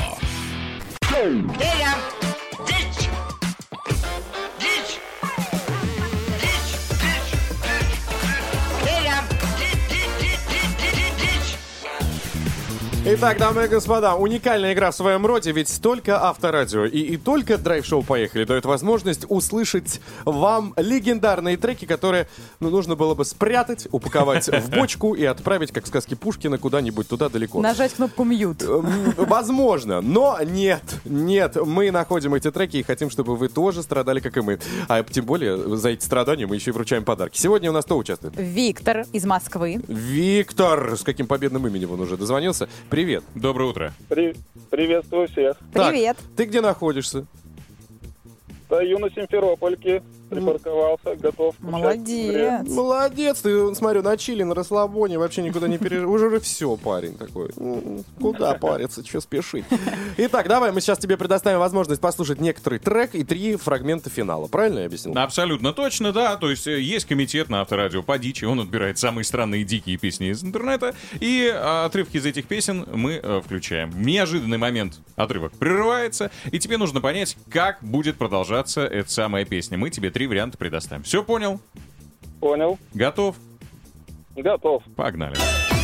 Итак, дамы и господа, уникальная игра в своем роде, ведь только Авторадио и, и только драйв-шоу «Поехали» дают возможность услышать вам легендарные треки, которые ну, нужно было бы спрятать, упаковать в бочку и отправить, как в сказке Пушкина, куда-нибудь туда далеко. Нажать кнопку «Мьют». Возможно, но нет, нет, мы находим эти треки и хотим, чтобы вы тоже страдали, как и мы. А тем более за эти страдания мы еще и вручаем подарки. Сегодня у нас кто участвует? Виктор из Москвы. Виктор, с каким победным именем он уже дозвонился. Привет. Доброе утро. При- Приветствую всех. Так, Привет. ты где находишься? Стою на Симферопольке, припарковался, готов. Молодец. Молодец, ты, смотрю, на чили, на расслабоне, вообще никуда не переживай. Уже все, парень такой. Куда париться, что спешить? Итак, давай мы сейчас тебе предоставим возможность послушать некоторый трек и три фрагмента финала. Правильно я объяснил? Абсолютно точно, да. То есть есть комитет на Авторадио по дичи, он отбирает самые странные дикие песни из интернета, и а, отрывки из этих песен мы а, включаем. В неожиданный момент отрывок прерывается, и тебе нужно понять, как будет продолжаться эта самая песня. Мы тебе три варианта предоставим. Все понял? Понял. Готов? Готов. Погнали.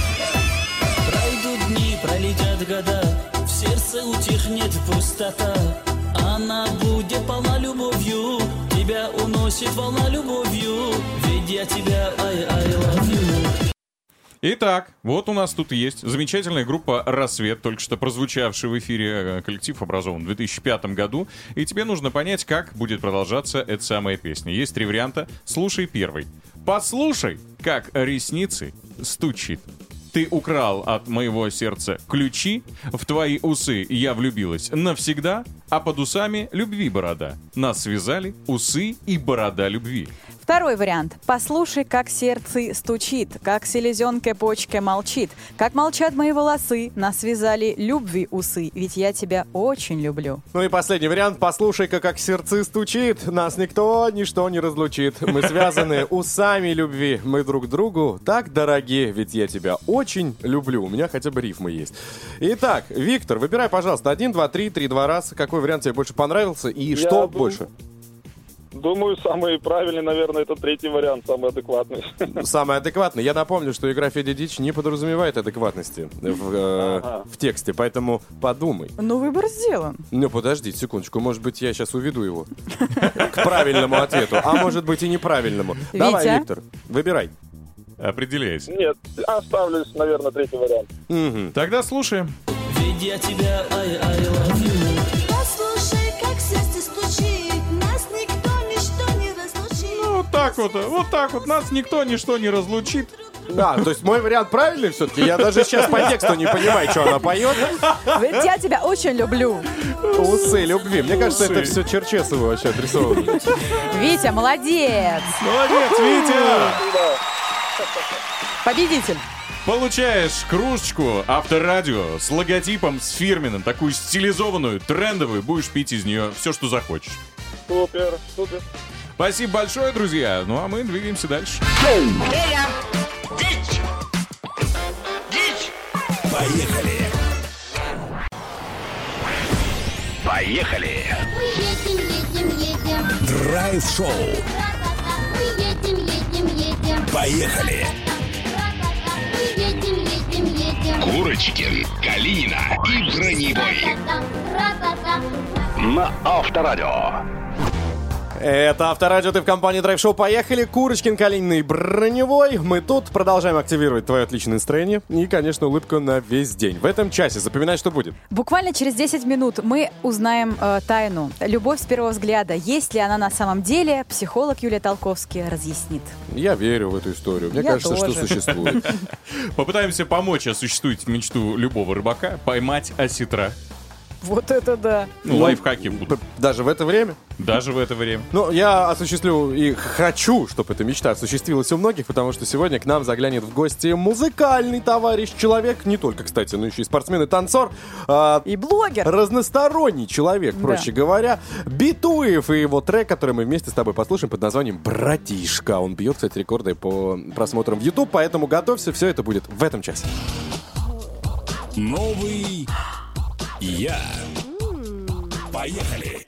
Пройдут дни, пролетят года, в сердце утихнет пустота. Она будет полна любовью, тебя уносит волна любовью, ведь я тебя I, I love you. Итак, вот у нас тут есть замечательная группа «Рассвет», только что прозвучавший в эфире. Коллектив образован в две тысячи пятом году, и тебе нужно понять, как будет продолжаться эта самая песня. Есть три варианта. Слушай первый. Послушай, как ресницы стучит. Ты украл от моего сердца ключи, в твои усы я влюбилась навсегда, а под усами любви борода. Нас связали усы и борода любви. Второй вариант. Послушай, как сердце стучит, как селезенка почка молчит, как молчат мои волосы, нас связали любви усы, ведь я тебя очень люблю. Ну и последний вариант. Послушай-ка, как сердце стучит, нас никто, ничто не разлучит. Мы связаны усами любви, мы друг другу так дороги, ведь я тебя очень люблю. У меня хотя бы рифмы есть. Итак, Виктор, выбирай, пожалуйста, один, два, три, три, два раз. Какой вариант тебе больше понравился и Я что дум- больше? Думаю, самый правильный, наверное, это третий вариант, самый адекватный. Самый адекватный. Я напомню, что игра Федя Дичь не подразумевает адекватности в, э, Ага. в тексте, поэтому подумай. Ну, выбор сделан. Ну, подожди секундочку, может быть, я сейчас уведу его к правильному ответу, а может быть и неправильному. Давай, Витя? Виктор, выбирай. Определяйся. Нет, оставлюсь, наверное, третий вариант. Мгм. Тогда слушаем. Ведь я тебя I, I love you. Послушай, как сердце стучит, нас никто, ничто не разлучит. Ну, вот так вот, вот так вот. Нас никто, ничто не разлучит. Да, то есть мой вариант правильный все-таки? Я даже сейчас по тексту не понимаю, что она поет. Ведь я тебя очень люблю. Усы любви. Мне кажется, Усы. это все Черчесову вообще адресовано. Витя, молодец. Молодец, Витя! Победитель. Получаешь кружечку Авторадио с логотипом, с фирменным, такую стилизованную, трендовую. Будешь пить из нее все, что захочешь. Супер, супер. Спасибо большое, друзья. Ну, а мы двигаемся дальше. Поехали! Поехали! Мы едем, едем, едем. Драйв-шоу. Мы едем, едем, едем. Поехали! Мы едем, едем, едем. Курочкин, Калинина и Броневой. Ра-та-та. На Авторадио. Это Авторадио, ты в компании Драйв Шоу. Поехали. Курочкин, Калинин и Броневой. Мы тут продолжаем активировать твое отличное настроение и, конечно, улыбку на весь день. В этом часе запоминай, что будет. Буквально через десять минут мы узнаем э, тайну. Любовь с первого взгляда. Есть ли она на самом деле? Психолог Юлия Толковская разъяснит. Я верю в эту историю. Мне Я кажется, тоже. что существует. Попытаемся помочь осуществить мечту любого рыбака, поймать осетра. Вот это да. Ну, лайфхаки будут. Даже в это время? Даже в это время. Ну, я осуществлю и хочу, чтобы эта мечта осуществилась у многих, потому что сегодня к нам заглянет в гости музыкальный товарищ, человек, не только, кстати, но еще и спортсмен и танцор. а, И блогер. Разносторонний человек, Да. проще говоря. Битуев и его трек, который мы вместе с тобой послушаем под названием «Братишка». Он бьет, кстати, рекорды по просмотрам в YouTube, поэтому готовься, все это будет в этом часе. Новый я. Поехали!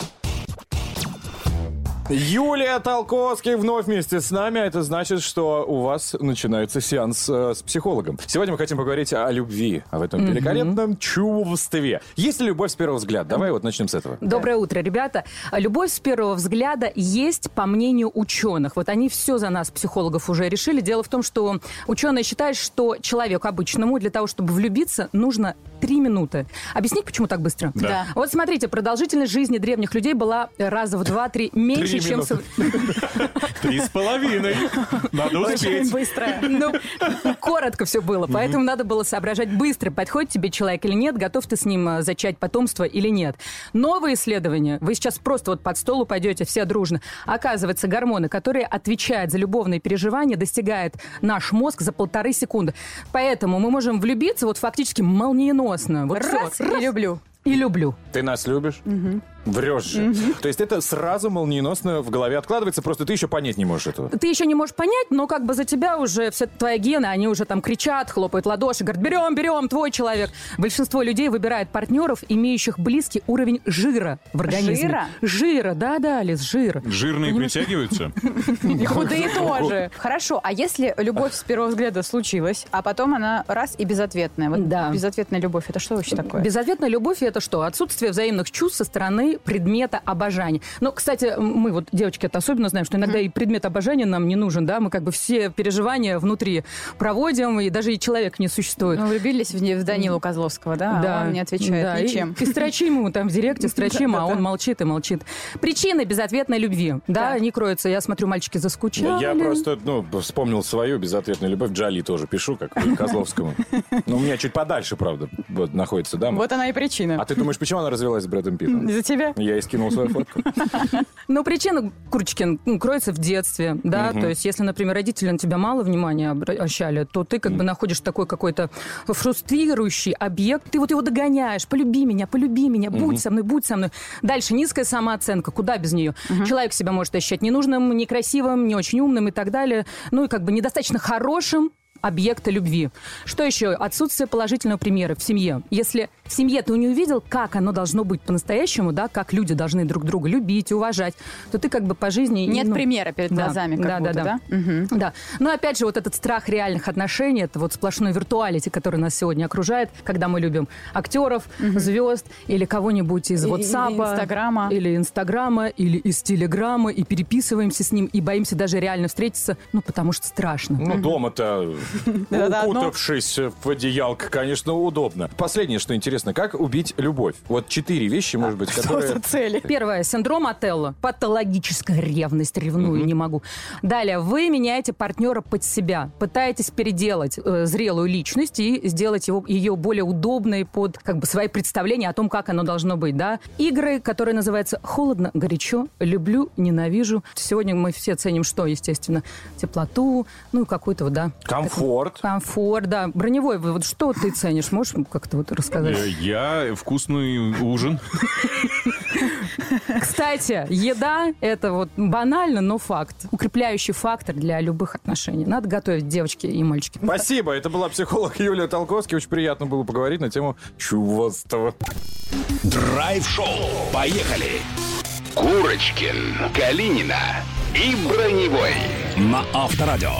Юлия Толковский вновь вместе с нами. Это значит, что у вас начинается сеанс э, с психологом. Сегодня мы хотим поговорить о любви, об этом Мгм. великолепном чувстве. Есть ли любовь с первого взгляда? Давай вот начнем с этого. Доброе утро, ребята. Любовь с первого взгляда есть, по мнению ученых. Вот они все за нас, психологов, уже решили. Дело в том, что ученые считают, что человеку обычному для того, чтобы влюбиться, нужно три минуты. Объяснить, почему так быстро? Да. Вот смотрите, продолжительность жизни древних людей была раза в два-три меньше, чем... минуты. Три с половиной. Надо Очень успеть. быстро. Ну, коротко все было, поэтому надо было соображать быстро, подходит тебе человек или нет, готов ты с ним э, зачать потомство или нет. Новые исследования, вы сейчас просто вот под стол упадете все дружно. Оказывается, гормоны, которые отвечают за любовные переживания, достигает наш мозг за полторы секунды. Поэтому мы можем влюбиться вот фактически молниеносно. Вот Раз, всё. и люблю. И люблю. Ты нас любишь? Врешь же. То есть это сразу молниеносно в голове откладывается, просто ты еще понять не можешь этого. Ты еще не можешь понять, но как бы за тебя уже все твои гены, они уже там кричат, хлопают ладоши, говорят, берем, берем, твой человек. Большинство людей выбирает партнеров, имеющих близкий уровень жира в организме. Жира? Жира, да-да, Лиз, жира. Жирные притягиваются? И худые тоже. Хорошо, а если любовь с первого взгляда случилась, а потом она раз и безответная? Вот Да. безответная любовь, это что вообще такое? Безответная любовь — это что? Отсутствие взаимных чувств со стороны предмета обожания. Но, кстати, мы вот, девочки, это особенно знаем, что иногда и предмет обожания нам не нужен, да? Мы как бы все переживания внутри проводим, и даже и человек не существует. Мы влюбились в, в Данилу Козловского, да? А он не отвечает да, ничем. И, и строчим ему там в директе, строчим, а он молчит и молчит. Причины безответной любви, да, не кроются. Я смотрю, мальчики заскучали. Я просто, ну, вспомнил свою безответную любовь. Джоли тоже пишу, как и Козловскому. Ну, у меня чуть подальше, правда, вот находится дама. Вот она и причина. А ты думаешь, почему она развелась с Брэдом Питтом? Из-за тебя? Я и скинул свою фотку. Ну, причина, Курочкин, ну, кроется в детстве, да, Мгм. то есть если, например, родители на тебя мало внимания обращали, то ты как бы находишь такой какой-то фрустрирующий объект, ты вот его догоняешь, полюби меня, полюби меня, будь Мгм. со мной, будь со мной. Дальше низкая самооценка, куда без нее? Человек себя может ощущать ненужным, некрасивым, не очень умным и так далее, ну и как бы недостаточно хорошим объекта любви. Что еще? Отсутствие положительного примера в семье. Если в семье ты не увидел, как оно должно быть по-настоящему, да, как люди должны друг друга любить, уважать, то ты как бы по жизни... Нет ну, примера перед да, глазами, как да, будто, да, да? да? Да. Но опять же, вот этот страх реальных отношений, это вот сплошной виртуалити, который нас сегодня окружает, когда мы любим актеров, звезд или кого-нибудь из И- и- WhatsApp, и Инстаграма. или Инстаграма, или из Телеграма, и переписываемся с ним, и боимся даже реально встретиться, ну, потому что страшно. Ну, дома-то, Да-да, одно. укутавшись в одеялко, конечно, удобно. Последнее, что интересно, как убить любовь? Вот четыре вещи, может быть, которые... Первое. Синдром Отелло. Патологическая ревность. Ревную, не могу. Далее. Вы меняете партнера под себя. Пытаетесь переделать э, зрелую личность и сделать его, ее более удобной под как бы, свои представления о том, как оно должно быть. Да? Игры, которые называются «Холодно, горячо», «Люблю, ненавижу». Сегодня мы все ценим что, естественно? Теплоту, ну и какой-то вот, да. Комфорт. Комфорт, да. Броневой, вот что ты ценишь? Можешь как-то вот рассказать? Э, Я вкусный ужин. Кстати, еда – это вот банально, но факт. Укрепляющий фактор для любых отношений. Надо готовить, девочки и мальчики. Спасибо. Это была психолог Юлия Толковский. Очень приятно было поговорить на тему чувства. Драйв-шоу. Поехали. Курочкин, Калинина и Броневой на Авторадио.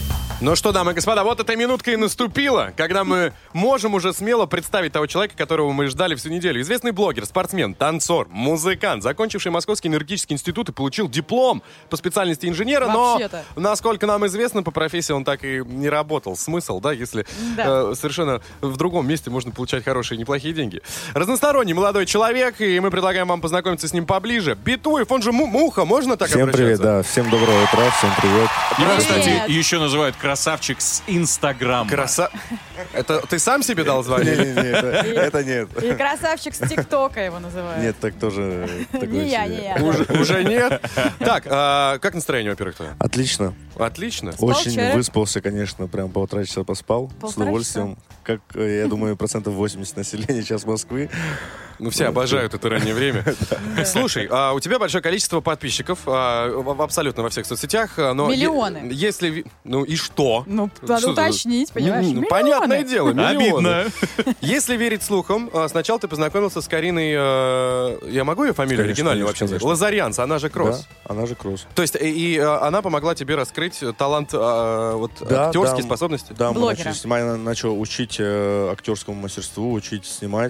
Ну что, дамы и господа, вот эта минутка и наступила, когда мы можем уже смело представить того человека, которого мы ждали всю неделю. Известный блогер, спортсмен, танцор, музыкант, закончивший Московский энергетический институт и получил диплом по специальности инженера, Вообще-то. но, насколько нам известно, по профессии он так и не работал. Смысл, да, если Да. э, совершенно в другом месте можно получать хорошие и неплохие деньги. Разносторонний молодой человек, и мы предлагаем вам познакомиться с ним поближе. Битуев, он же Му- Муха, можно так Всем обращаться? привет, да, всем доброго утра, всем привет. Его, кстати, еще называют красавчик с Инстаграма. Краса... Это ты сам себе дал звание? Не-не-не, это, это нет. И красавчик с ТикТока его называют. Нет, так тоже... такое Не я, себе. не я. Уже, уже нет? Так, а как настроение, во-первых, твое? Отлично. Отлично. Очень вчера? выспался, конечно, прям полтора часа поспал. С Полтора удовольствием. Как, э, я думаю, процентов восемьдесят населения сейчас Москвы. Ну, все обожают это раннее время. Слушай, а у тебя большое количество подписчиков а, в- абсолютно во всех соцсетях. а, Но Миллионы. е- Если... ви- Ну и что? Ну, надо Что ты- уточнить, понимаешь? Ну, Миллионы. понятное дело, миллионы. Обидно. Если верить слухам, а, сначала ты познакомился с Кариной... э, Я могу ее фамилию Конечно, оригинальную конечно, вообще назвать? конечно. Лазарянц, она же Кросс. Да, она же Кросс. То есть и, и, э, она помогла тебе раскрыть талант, э, вот, Да, актерские да, способности? Да, мы Блогера. начали снимать, я начал учить э, актерскому мастерству, учить снимать.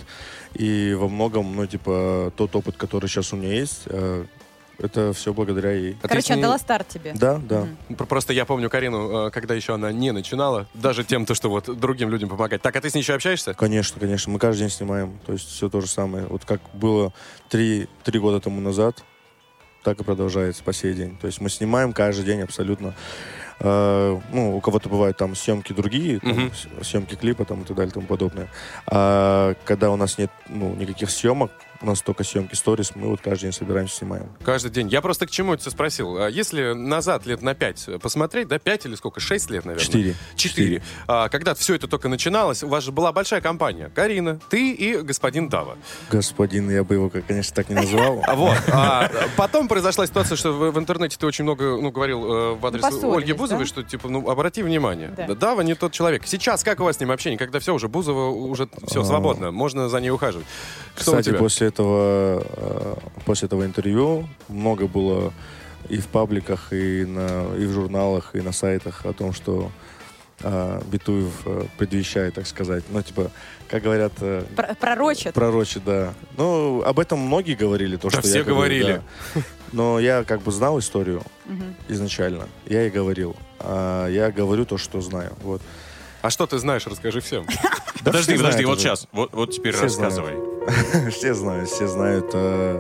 И во многом, ну, типа, тот опыт, который сейчас у меня есть, э, это все благодаря ей. А ты с Короче, ней- отдала старт тебе. Да, да. Пр- Просто я помню Карину, э, когда еще она не начинала, даже тем, то, что вот другим людям помогать. Так, а ты с ней еще общаешься? Конечно, конечно. Мы каждый день снимаем. То есть все то же самое. Вот как было три, три года тому назад. так и продолжается по сей день. То есть мы снимаем каждый день абсолютно. Uh, ну, у кого-то бывают там съемки другие, там, Mm-hmm. съемки клипа там, и так далее и тому подобное. А когда у нас нет ну, никаких съемок, у нас только съемки сторис, мы вот каждый день собираемся, снимаем. Каждый день. Я просто к чему это спросил. А если назад лет на пять посмотреть, да, пять или сколько? Шесть лет, наверное? Четыре. Четыре. А, когда все это только начиналось, у вас же была большая компания. Карина, ты и господин Дава. Господин, я бы его, конечно, так не назвал. А вот. А потом произошла ситуация, что в, в интернете ты очень много ну, говорил э, в адрес Ольги Бузовой, да? Что типа, ну, обрати внимание. Да. Дава не тот человек. Сейчас как у вас с ним общение, когда все уже, Бузова уже все свободно, можно за ней ухаживать? Что Кстати, после этого, после этого интервью много было и в пабликах, и, на, и в журналах, и на сайтах о том, что а, Битуев предвещает, так сказать. Ну, типа, как говорят... Про- пророчат. Пророчат, да. Ну, об этом многие говорили. То, да, что все я говорили. Да. Но я как бы знал историю Угу. изначально. Я и говорил. А я говорю то, что знаю. Вот. А что ты знаешь? Расскажи всем. Подожди, все подожди, знают вот уже. сейчас. Вот, вот теперь Все рассказывай. Все знают, все знают э,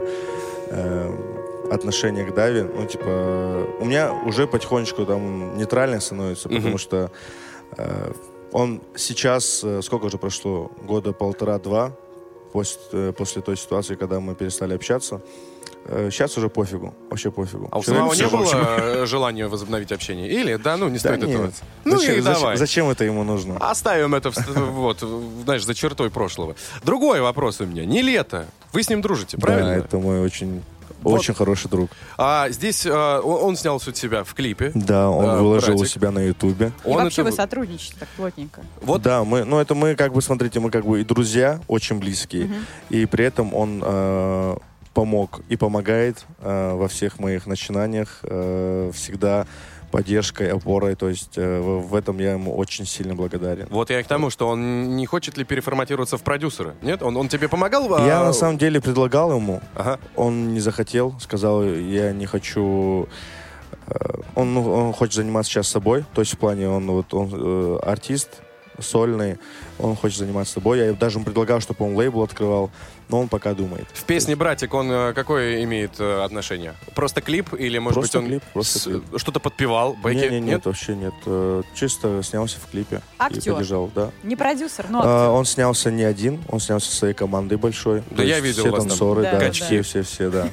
э, отношение к Даве. Ну, типа, у меня уже потихонечку там нейтрально становится, потому Мгм. что э, он сейчас, э, сколько уже прошло? Года полтора-два после, э, после той ситуации, когда мы перестали общаться. Э, сейчас уже пофигу, вообще пофигу. А у Человек самого не всё, в общем. было желания возобновить общение? Или, да, ну, не Да стоит нет. этого? Ну Зачем- и зачем- давай. Зачем это ему нужно? Оставим это, в- вот, в- знаешь, за чертой прошлого. Другой вопрос у меня. Не лето. Вы с ним дружите, правильно? Да, это мой очень, Вот. очень хороший друг. А здесь а, он, он снялся у себя в клипе. Да, он А, выложил у братик. себя на Ютубе. И Он вообще это- вы сотрудничаете так плотненько. Вот. Да, мы, ну это мы как бы, смотрите, мы как бы и друзья очень близкие, Мгм. и при этом он э, помог и помогает э, во всех моих начинаниях, э, всегда поддержкой, опорой, то есть э, в, в этом я ему очень сильно благодарен. Вот я и к тому, что он не хочет ли переформатироваться в продюсера? Нет? Он, он тебе помогал? а, Я на самом деле предлагал ему, Ага. он не захотел, сказал, я не хочу... э, Он, ну, он хочет заниматься сейчас собой, то есть в плане он, вот, он э, артист сольный, он хочет заниматься собой. Я даже ему предлагал, чтобы он лейбл открывал, но он пока думает. В песне «Братик» он э, какое имеет э, отношение? Просто клип или, может Просто быть, он клип, просто с- клип. что-то подпевал? Бэки? Не, не, нет, Нет? вообще нет. Э, Чисто снялся в клипе. И Актер. поддержал, да. Не продюсер, но А, актер. Он снялся не один, он снялся со своей командой большой. Да То я есть видел все вас там. танцоры, Да, да, да. все, все, все, да.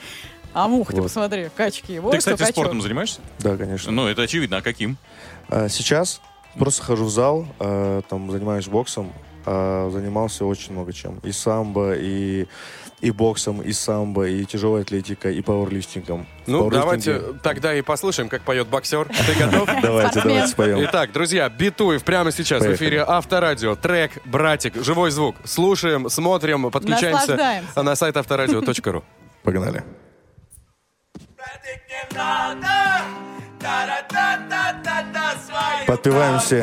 А мух, ты Вот. посмотри, качки. Вот Ты, кто кстати, качок. спортом занимаешься? Да, конечно. Ну, это очевидно. А каким? А, Сейчас просто хожу в зал, а, там занимаюсь боксом, а, занимался очень много чем. И самбо, и, и боксом, и самбо, и тяжелой атлетикой, и пауэрлифтингом. В Ну, пауэрлифтинге- давайте тогда и послушаем, как поет боксер. Ты готов? Давайте, давайте споем. Итак, друзья, Битуев прямо сейчас в Поехали. эфире Авторадио. Трек «Братик». Живой звук. Слушаем, смотрим, подключаемся Наслаждаемся. на сайт авторадио точка ру. Погнали. Подпеваем все.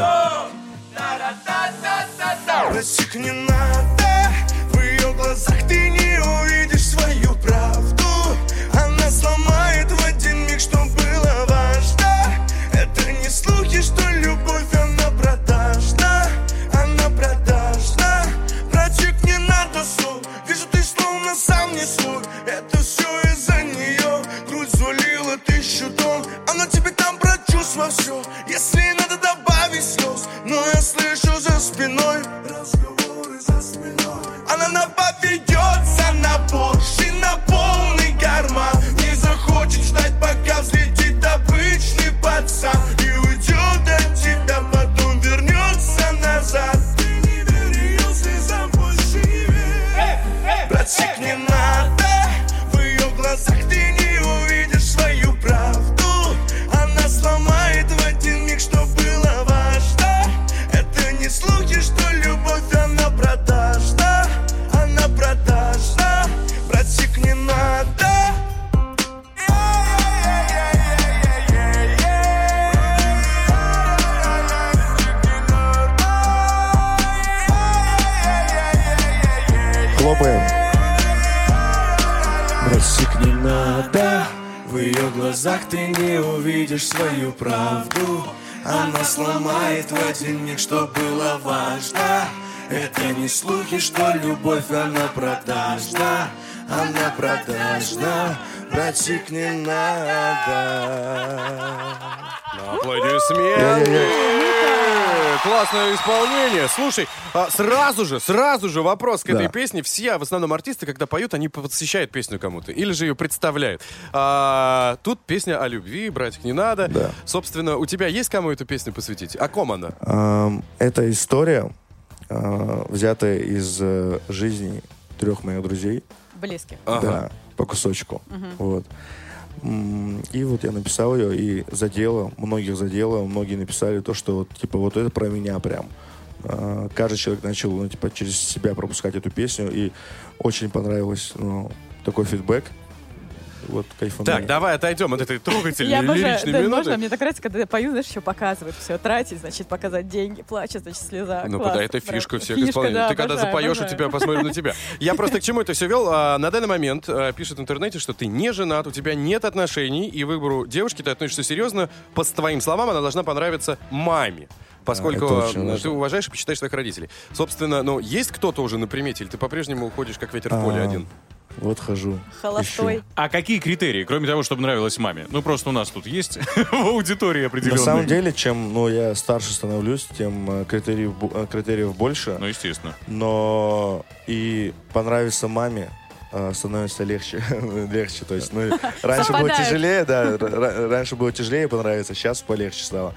Братик, не надо, в ее глазах ты не увидишь свою правду. Она сломает в один миг, что было важно. Это не слухи, что любовь, она продажна. Она продажна. Братик, не надо слов, вижу, ты словно сам не свой. Это все из-за нее, грудь звалила тысячу тонн. Она тебе там прочувствовала все, если надо добавить слез. Но я слышу за спиной разговоры за спиной. Она на поведется на Порше, на полный карман. Не захочет ждать, пока взлетит обычный пацан. И уйдет от тебя, потом вернется назад. Ты не верь ее слезам, больше не верь. Братик, не надо, в ее глазах ты не увидишь свою правду. Она сломает в один миг, что было важно. Это не слухи, что любовь, она продажна. Она продажна. Братик, не надо. Хлопаем. Братик, не надо, в ее глазах ты не увидишь свою правду. Она сломает в один миг, что было важно. Это не слухи, что любовь, она продажна. Она продажна. братик, не надо. Аплодисменты! Классное исполнение. Слушай, а, сразу же, сразу же вопрос к этой Да. песне. Все, в основном артисты, когда поют, они посвящают песню кому-то. Или же ее представляют. А, тут песня о любви, братик, не надо. Да. Собственно, у тебя есть кому эту песню посвятить? О ком она? Ам, Это история, а, взятая из э, жизни трех моих друзей. Близких. Да, по кусочку. Мгм. Вот. М, И вот я написал ее, и задело, многих задело, многие написали то, что вот, типа, вот это про меня прям. А, Каждый человек начал, ну, типа, через себя пропускать эту песню, и очень понравилось, ну, такой фидбэк. Вот, кайфанули. Так, давай отойдем от этой трогательной Я обожаю. лиричной Да, минуты. можно? Мне так нравится, когда я пою, знаешь, еще показывают все. Тратить, значит, показать деньги, плачет, значит, слеза. Ну, Классно, да, это прям. фишка всех Фишка, исполнителей. да, Ты когда обожаю, запоешь, у обожаю. тебя посмотрим на тебя. Я просто к чему это все вел? А, на данный момент а, пишут в интернете, что ты не женат, у тебя нет отношений, и выбору девушки ты относишься серьезно. По твоим словам, она должна понравиться маме. Поскольку это очень а, важно. ты уважаешь и почитаешь своих родителей. Собственно, ну, есть кто-то уже на примете, или ты по-прежнему уходишь как ветер в поле А, один? Вот хожу. Холостой. ищу. А какие критерии, кроме того, чтобы нравилось маме? Ну, просто у нас тут есть в аудитории На определенные. самом деле, чем ну, я старше становлюсь, тем э, критериев, бу- э, критериев больше. Ну, естественно. Но и понравится маме э, становится легче. легче. То есть, ну, раньше было Совпадают. тяжелее, да. р- р- Раньше было тяжелее понравиться, сейчас полегче стало.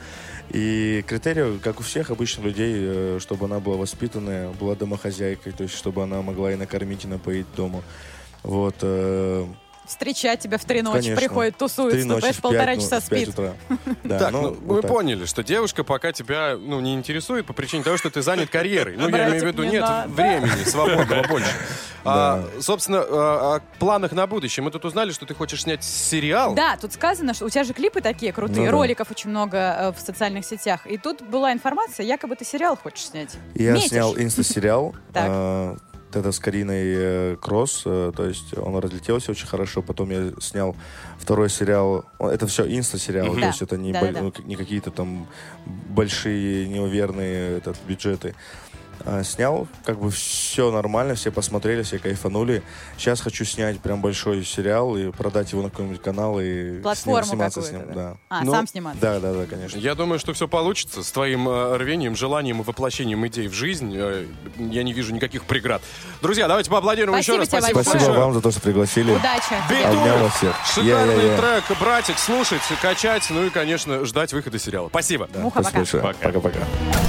И критерий, как у всех обычных людей, э, чтобы она была воспитанная, была домохозяйкой, то есть чтобы она могла и накормить, и напоить дома. Вот. э, Встречать тебя в три ночи, Конечно. приходит, в три тусуется, ночи, понимаешь, в полтора пять, ну, часа в пять спит. утра. Да, Так, ну, ну, вот мы так. поняли, что девушка пока тебя ну, не интересует по причине того, что ты занят карьерой. Ну, я Братик, имею в виду, не нет надо. времени свободного больше. А, собственно, а, о планах на будущее. Мы тут узнали, что ты хочешь снять сериал. Да, тут сказано, что у тебя же клипы такие крутые, Ну да. роликов очень много э, в социальных сетях. И тут была информация, якобы ты сериал хочешь снять. Я Метишь? снял инста-сериал. Так. э, Это с Кариной э, Кросс. э, То есть он разлетелся очень хорошо. Потом я снял второй сериал. О, Это все инста-сериал. Да. То есть это не, Да, боль- да, да. ну, к- не какие-то там большие, неуверенные этот, бюджеты. А, Снял, как бы все нормально, все посмотрели, все кайфанули. Сейчас хочу снять прям большой сериал и продать его на какой-нибудь канал и Платформу с ним сниматься с какую-то, ним. да? Да. А, Ну, сам сниматься. Да, да, да, конечно. Я думаю, что все получится. С твоим э, рвением, желанием и воплощением идей в жизнь э, я не вижу никаких преград. Друзья, давайте поаплодируем Спасибо еще раз. тебе Спасибо, большое. Спасибо вам за то, что пригласили. Удачи. Обнял вас всех. Шикарный Я-я-я. трек, братик, слушать, качать, ну и, конечно, ждать выхода сериала. Спасибо. Муха, пока. Спасибо большое. Пока-пока.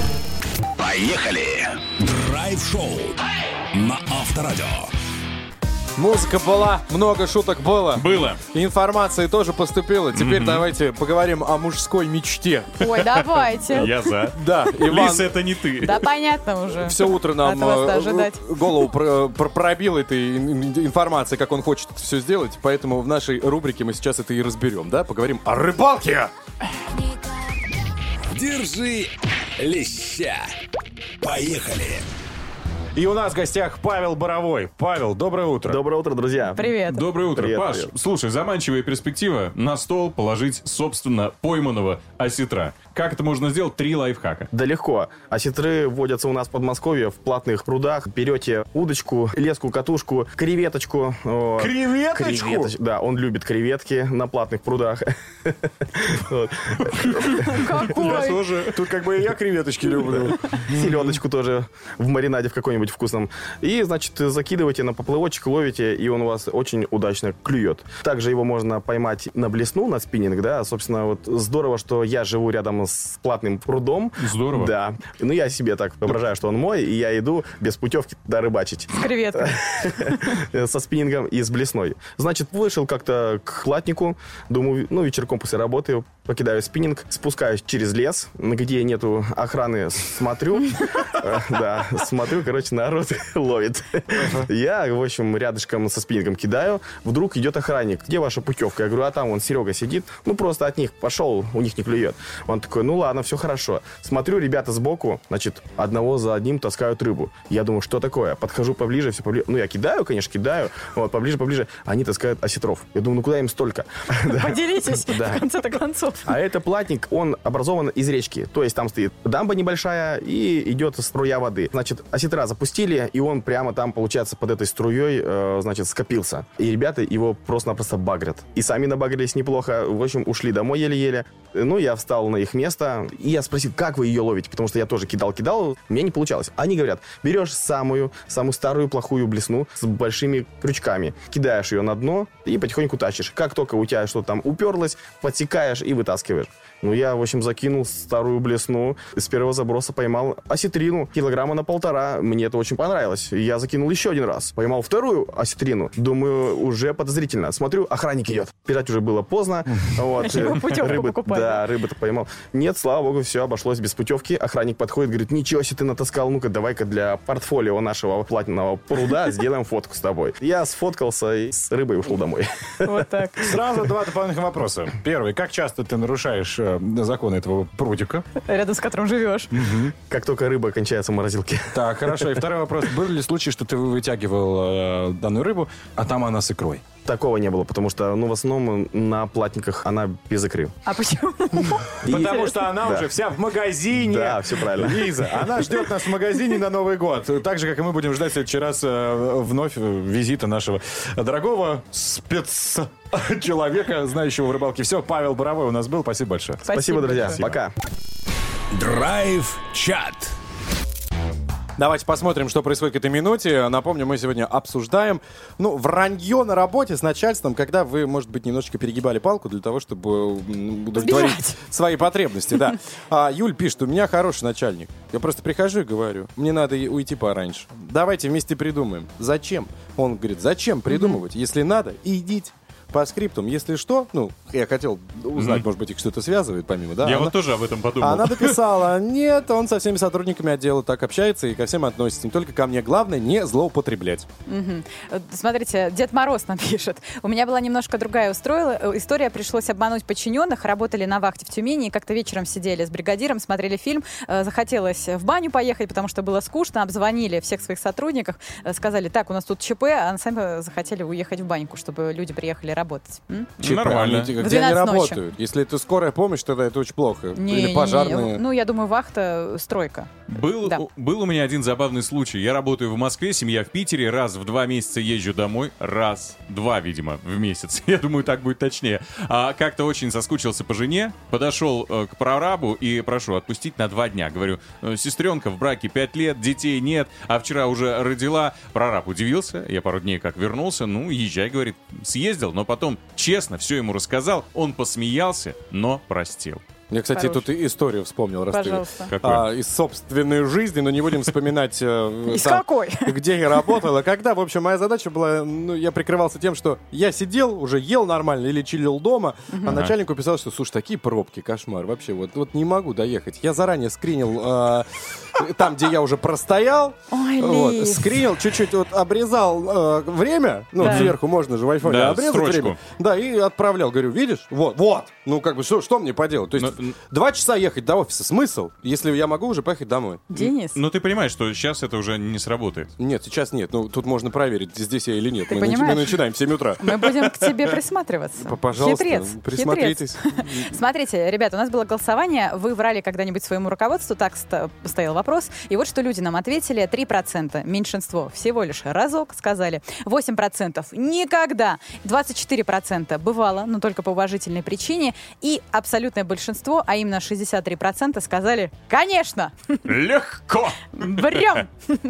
Поехали! Драйв-шоу на Авторадио. Музыка была, много шуток было. Было. Информации тоже поступила. Теперь давайте поговорим о мужской мечте. Ой, давайте. Я за. Да, Иван, Лиса, это не ты. Да понятно уже. все утро нам От вас-то э, ожидать. голову про- про- пробил этой ин- информацией, как он хочет это все сделать. Поэтому в нашей рубрике мы сейчас это и разберем, да? Поговорим о рыбалке. Держи леща. Поехали! И у нас в гостях Павел Боровой. Павел, доброе утро. Доброе утро, друзья. Привет. Доброе утро, Привет, Паш. привет. Слушай, заманчивая перспектива на стол положить, собственно, пойманного осетра. Как это можно сделать? Три лайфхака. Да легко. Осетры водятся у нас в Подмосковье в платных прудах. Берете удочку, леску, катушку, креветочку. О, Креветочку? креветоч- Да, он любит креветки на платных прудах. Вот. Какой? Тут как бы и я креветочки люблю. Селедочку тоже в маринаде в какой-нибудь вкусном. И, значит, закидываете на поплывочек, ловите, и он у вас очень удачно клюет. Также его можно поймать на блесну, на спиннинг, да. Собственно, вот здорово, что я живу рядом с платным прудом. Здорово. Да. Ну, я себе так воображаю, что он мой, и я иду без путевки туда рыбачить. С креветкой. Со спиннингом и с блесной. Значит, вышел как-то к платнику, думаю, ну, вечерком после работы покидаю спиннинг, спускаюсь через лес, где нету охраны, смотрю, э, да, смотрю, короче, народ ловит. Я, в общем, рядышком со спиннингом кидаю, вдруг идет охранник, где ваша путевка? Я говорю, а там вон Серега сидит, ну, просто от них пошел, у них не клюет. Он такой, ну, ладно, все хорошо. Смотрю, ребята сбоку, значит, одного за одним таскают рыбу. Я думаю, что такое? Подхожу поближе, все поближе. Ну, я кидаю, конечно, кидаю, вот, поближе, поближе. Они таскают осетров. Я думаю, ну, куда им столько? Да. Поделитесь, Да. в конце-то концов. А это платник, он образован из речки. То есть там стоит дамба небольшая и идет струя воды. Значит, осетра запустили, и он прямо там, получается, под этой струей, э, значит, скопился. И ребята его просто-напросто багрят. И сами набагрились неплохо. В общем, ушли домой еле-еле. Ну, я встал на их место, и я спросил, как вы ее ловите? Потому что я тоже кидал-кидал, у меня не получалось. Они говорят, берешь самую, самую старую плохую блесну с большими крючками, кидаешь ее на дно и потихоньку тащишь. Как только у тебя что-то там уперлось, подсекаешь и вытаскиваешь. Ну, я, в общем, закинул старую блесну, с первого заброса поймал осетрину, килограмма на полтора. Мне это очень понравилось. Я закинул еще один раз, поймал вторую осетрину. Думаю, уже подозрительно. Смотрю, охранник идет. Бежать уже было поздно. Вот. Рыбы, да, рыбы-то поймал. Нет, слава богу, все обошлось без путевки. Охранник подходит, говорит, ничего себе ты натаскал, ну-ка давай-ка для портфолио нашего платинового пруда сделаем фотку с тобой. Я сфоткался и с рыбой ушел домой. Вот так. Сразу два дополнительных вопроса. Первый, как часто ты нарушаешь законы этого прудика? Рядом с которым живешь. Угу. Как только рыба кончается в морозилке. Так, хорошо. И второй вопрос. Был ли случай, что ты вытягивал э, данную рыбу, а там она с икрой? Такого не было, потому что, ну, в основном на платниках она без икры. А почему? Потому что она уже вся в магазине. Да, все правильно. Лиза, она ждет нас в магазине на Новый год. Так же, как и мы будем ждать в следующий раз э, вновь визита нашего дорогого спец-человека, знающего в рыбалке все. Павел Боровой у нас был. Спасибо большое. Спасибо, Спасибо друзья. Спасибо. Пока. Драйв-чат. Давайте посмотрим, что происходит к этой минуте. Напомню, мы сегодня обсуждаем, ну, вранье на работе с начальством, когда вы, может быть, немножечко перегибали палку для того, чтобы удовлетворить свои потребности. Да. А Юль пишет, у меня хороший начальник. Я просто прихожу и говорю, мне надо уйти пораньше. Давайте вместе придумаем. Зачем? Он говорит, зачем придумывать? Если надо, идите. По скриптум, если что, ну, я хотел узнать, mm-hmm. может быть, их что-то связывает помимо, да? Я она, вот тоже об этом подумал. Она дописала, нет, он со всеми сотрудниками отдела так общается и ко всем относится, не только ко мне. Главное, не злоупотреблять. Mm-hmm. Смотрите, Дед Мороз нам пишет. У меня была немножко другая устроила. история, пришлось обмануть подчиненных, работали на вахте в Тюмени, и как-то вечером сидели с бригадиром, смотрели фильм, захотелось в баню поехать, потому что было скучно, обзвонили всех своих сотрудников, сказали, так, у нас тут ЧП, а сами захотели уехать в баньку, чтобы люди приехали работать. М? ЧП, нормально. Они, где они работают? Если это скорая помощь, тогда это очень плохо. Не, Или пожарные. Не, ну, я думаю, вахта, стройка. Был, да. был у меня один забавный случай. Я работаю в Москве, семья в Питере. Раз в два месяца езжу домой. Раз, два, видимо, в месяц. Я думаю, так будет точнее. А как-то очень соскучился по жене. Подошел э, к прорабу и прошу отпустить на два дня. Говорю, сестренка в браке пять лет, детей нет, а вчера уже родила. Прораб удивился. Я пару дней как вернулся. Ну, езжай, говорит. Съездил, но потом честно все ему рассказал. Он посмеялся, но простил. Я, кстати, Хорош. тут и историю вспомнил, раз Пожалуйста. ты а, из собственной жизни, но не будем вспоминать, э, из там, какой? где я работал, и когда. В общем, моя задача была, ну, я прикрывался тем, что я сидел, уже ел нормально или чилил дома, uh-huh. а начальнику писал, что, слушай, такие пробки, кошмар, вообще, вот, вот не могу доехать. Я заранее скринил э, там, где я уже простоял, Ой, вот, скринил, чуть-чуть вот обрезал э, время, ну, да. сверху можно же в айфоне да, обрезать строчку. время, да, и отправлял. Говорю, видишь, вот, вот, ну, как бы, что, что мне поделать? То есть, но... два часа ехать до офиса, смысл, если я могу уже поехать домой? Денис? Ну, ты понимаешь, что сейчас это уже не сработает. Нет, сейчас нет. Ну, тут можно проверить, здесь я или нет. Ты мы, понимаешь? мы начинаем в семь утра. Мы будем к тебе присматриваться. Пожалуйста, Хитрец. присмотритесь. Хитрец. Смотрите, ребята, у нас было голосование. Вы врали когда-нибудь своему руководству? Так стоял вопрос. И вот что люди нам ответили. три процента. Меньшинство. Всего лишь разок сказали. восемь процентов. Никогда. двадцать четыре процента. Бывало, но только по уважительной причине. И абсолютное большинство, а именно шестьдесят три процента сказали «Конечно!» Легко! Брем!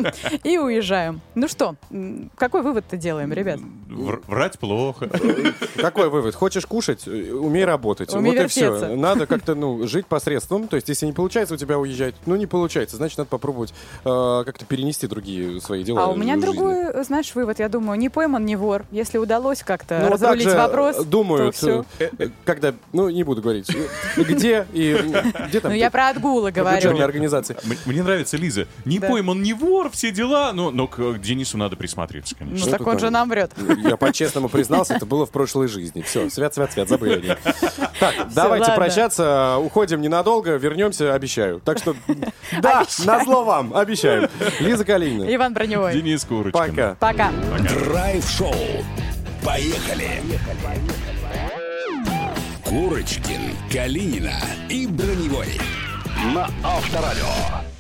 И уезжаем. Ну что, какой вывод-то делаем, ребят? В- врать плохо. Какой вывод? Хочешь кушать, умей работать. Умей вот вертеться. И все. Надо как-то, ну, жить посредством. То есть, если не получается у тебя уезжать, ну, не получается, значит, надо попробовать э, как-то перенести другие свои дела. А у меня в жизни. другой, знаешь, вывод, я думаю, не пойман, не вор. Если удалось как-то ну, разрулить вот вопрос, думают, то все. Когда, ну, не буду говорить, где и где там. Ну, я про отгулы говорю. Организации. Мне нравится Лиза. Не Да. пойман, не вор, все дела. Но, но к Денису надо присматриваться, Ну, конечно. так он же нам врет. Я по-честному признался, это было в прошлой жизни. Все, свят, свят, свят, забыли о ней. Так, давайте ладно. прощаться. Уходим ненадолго, вернемся, обещаю. Так что, да, назло вам, обещаем. Лиза Калинина. Иван Броневой. Денис Курочкин. Пока. Пока. Драйв-шоу. Поехали. Курочкин, Калинина и Броневой на Авторадио.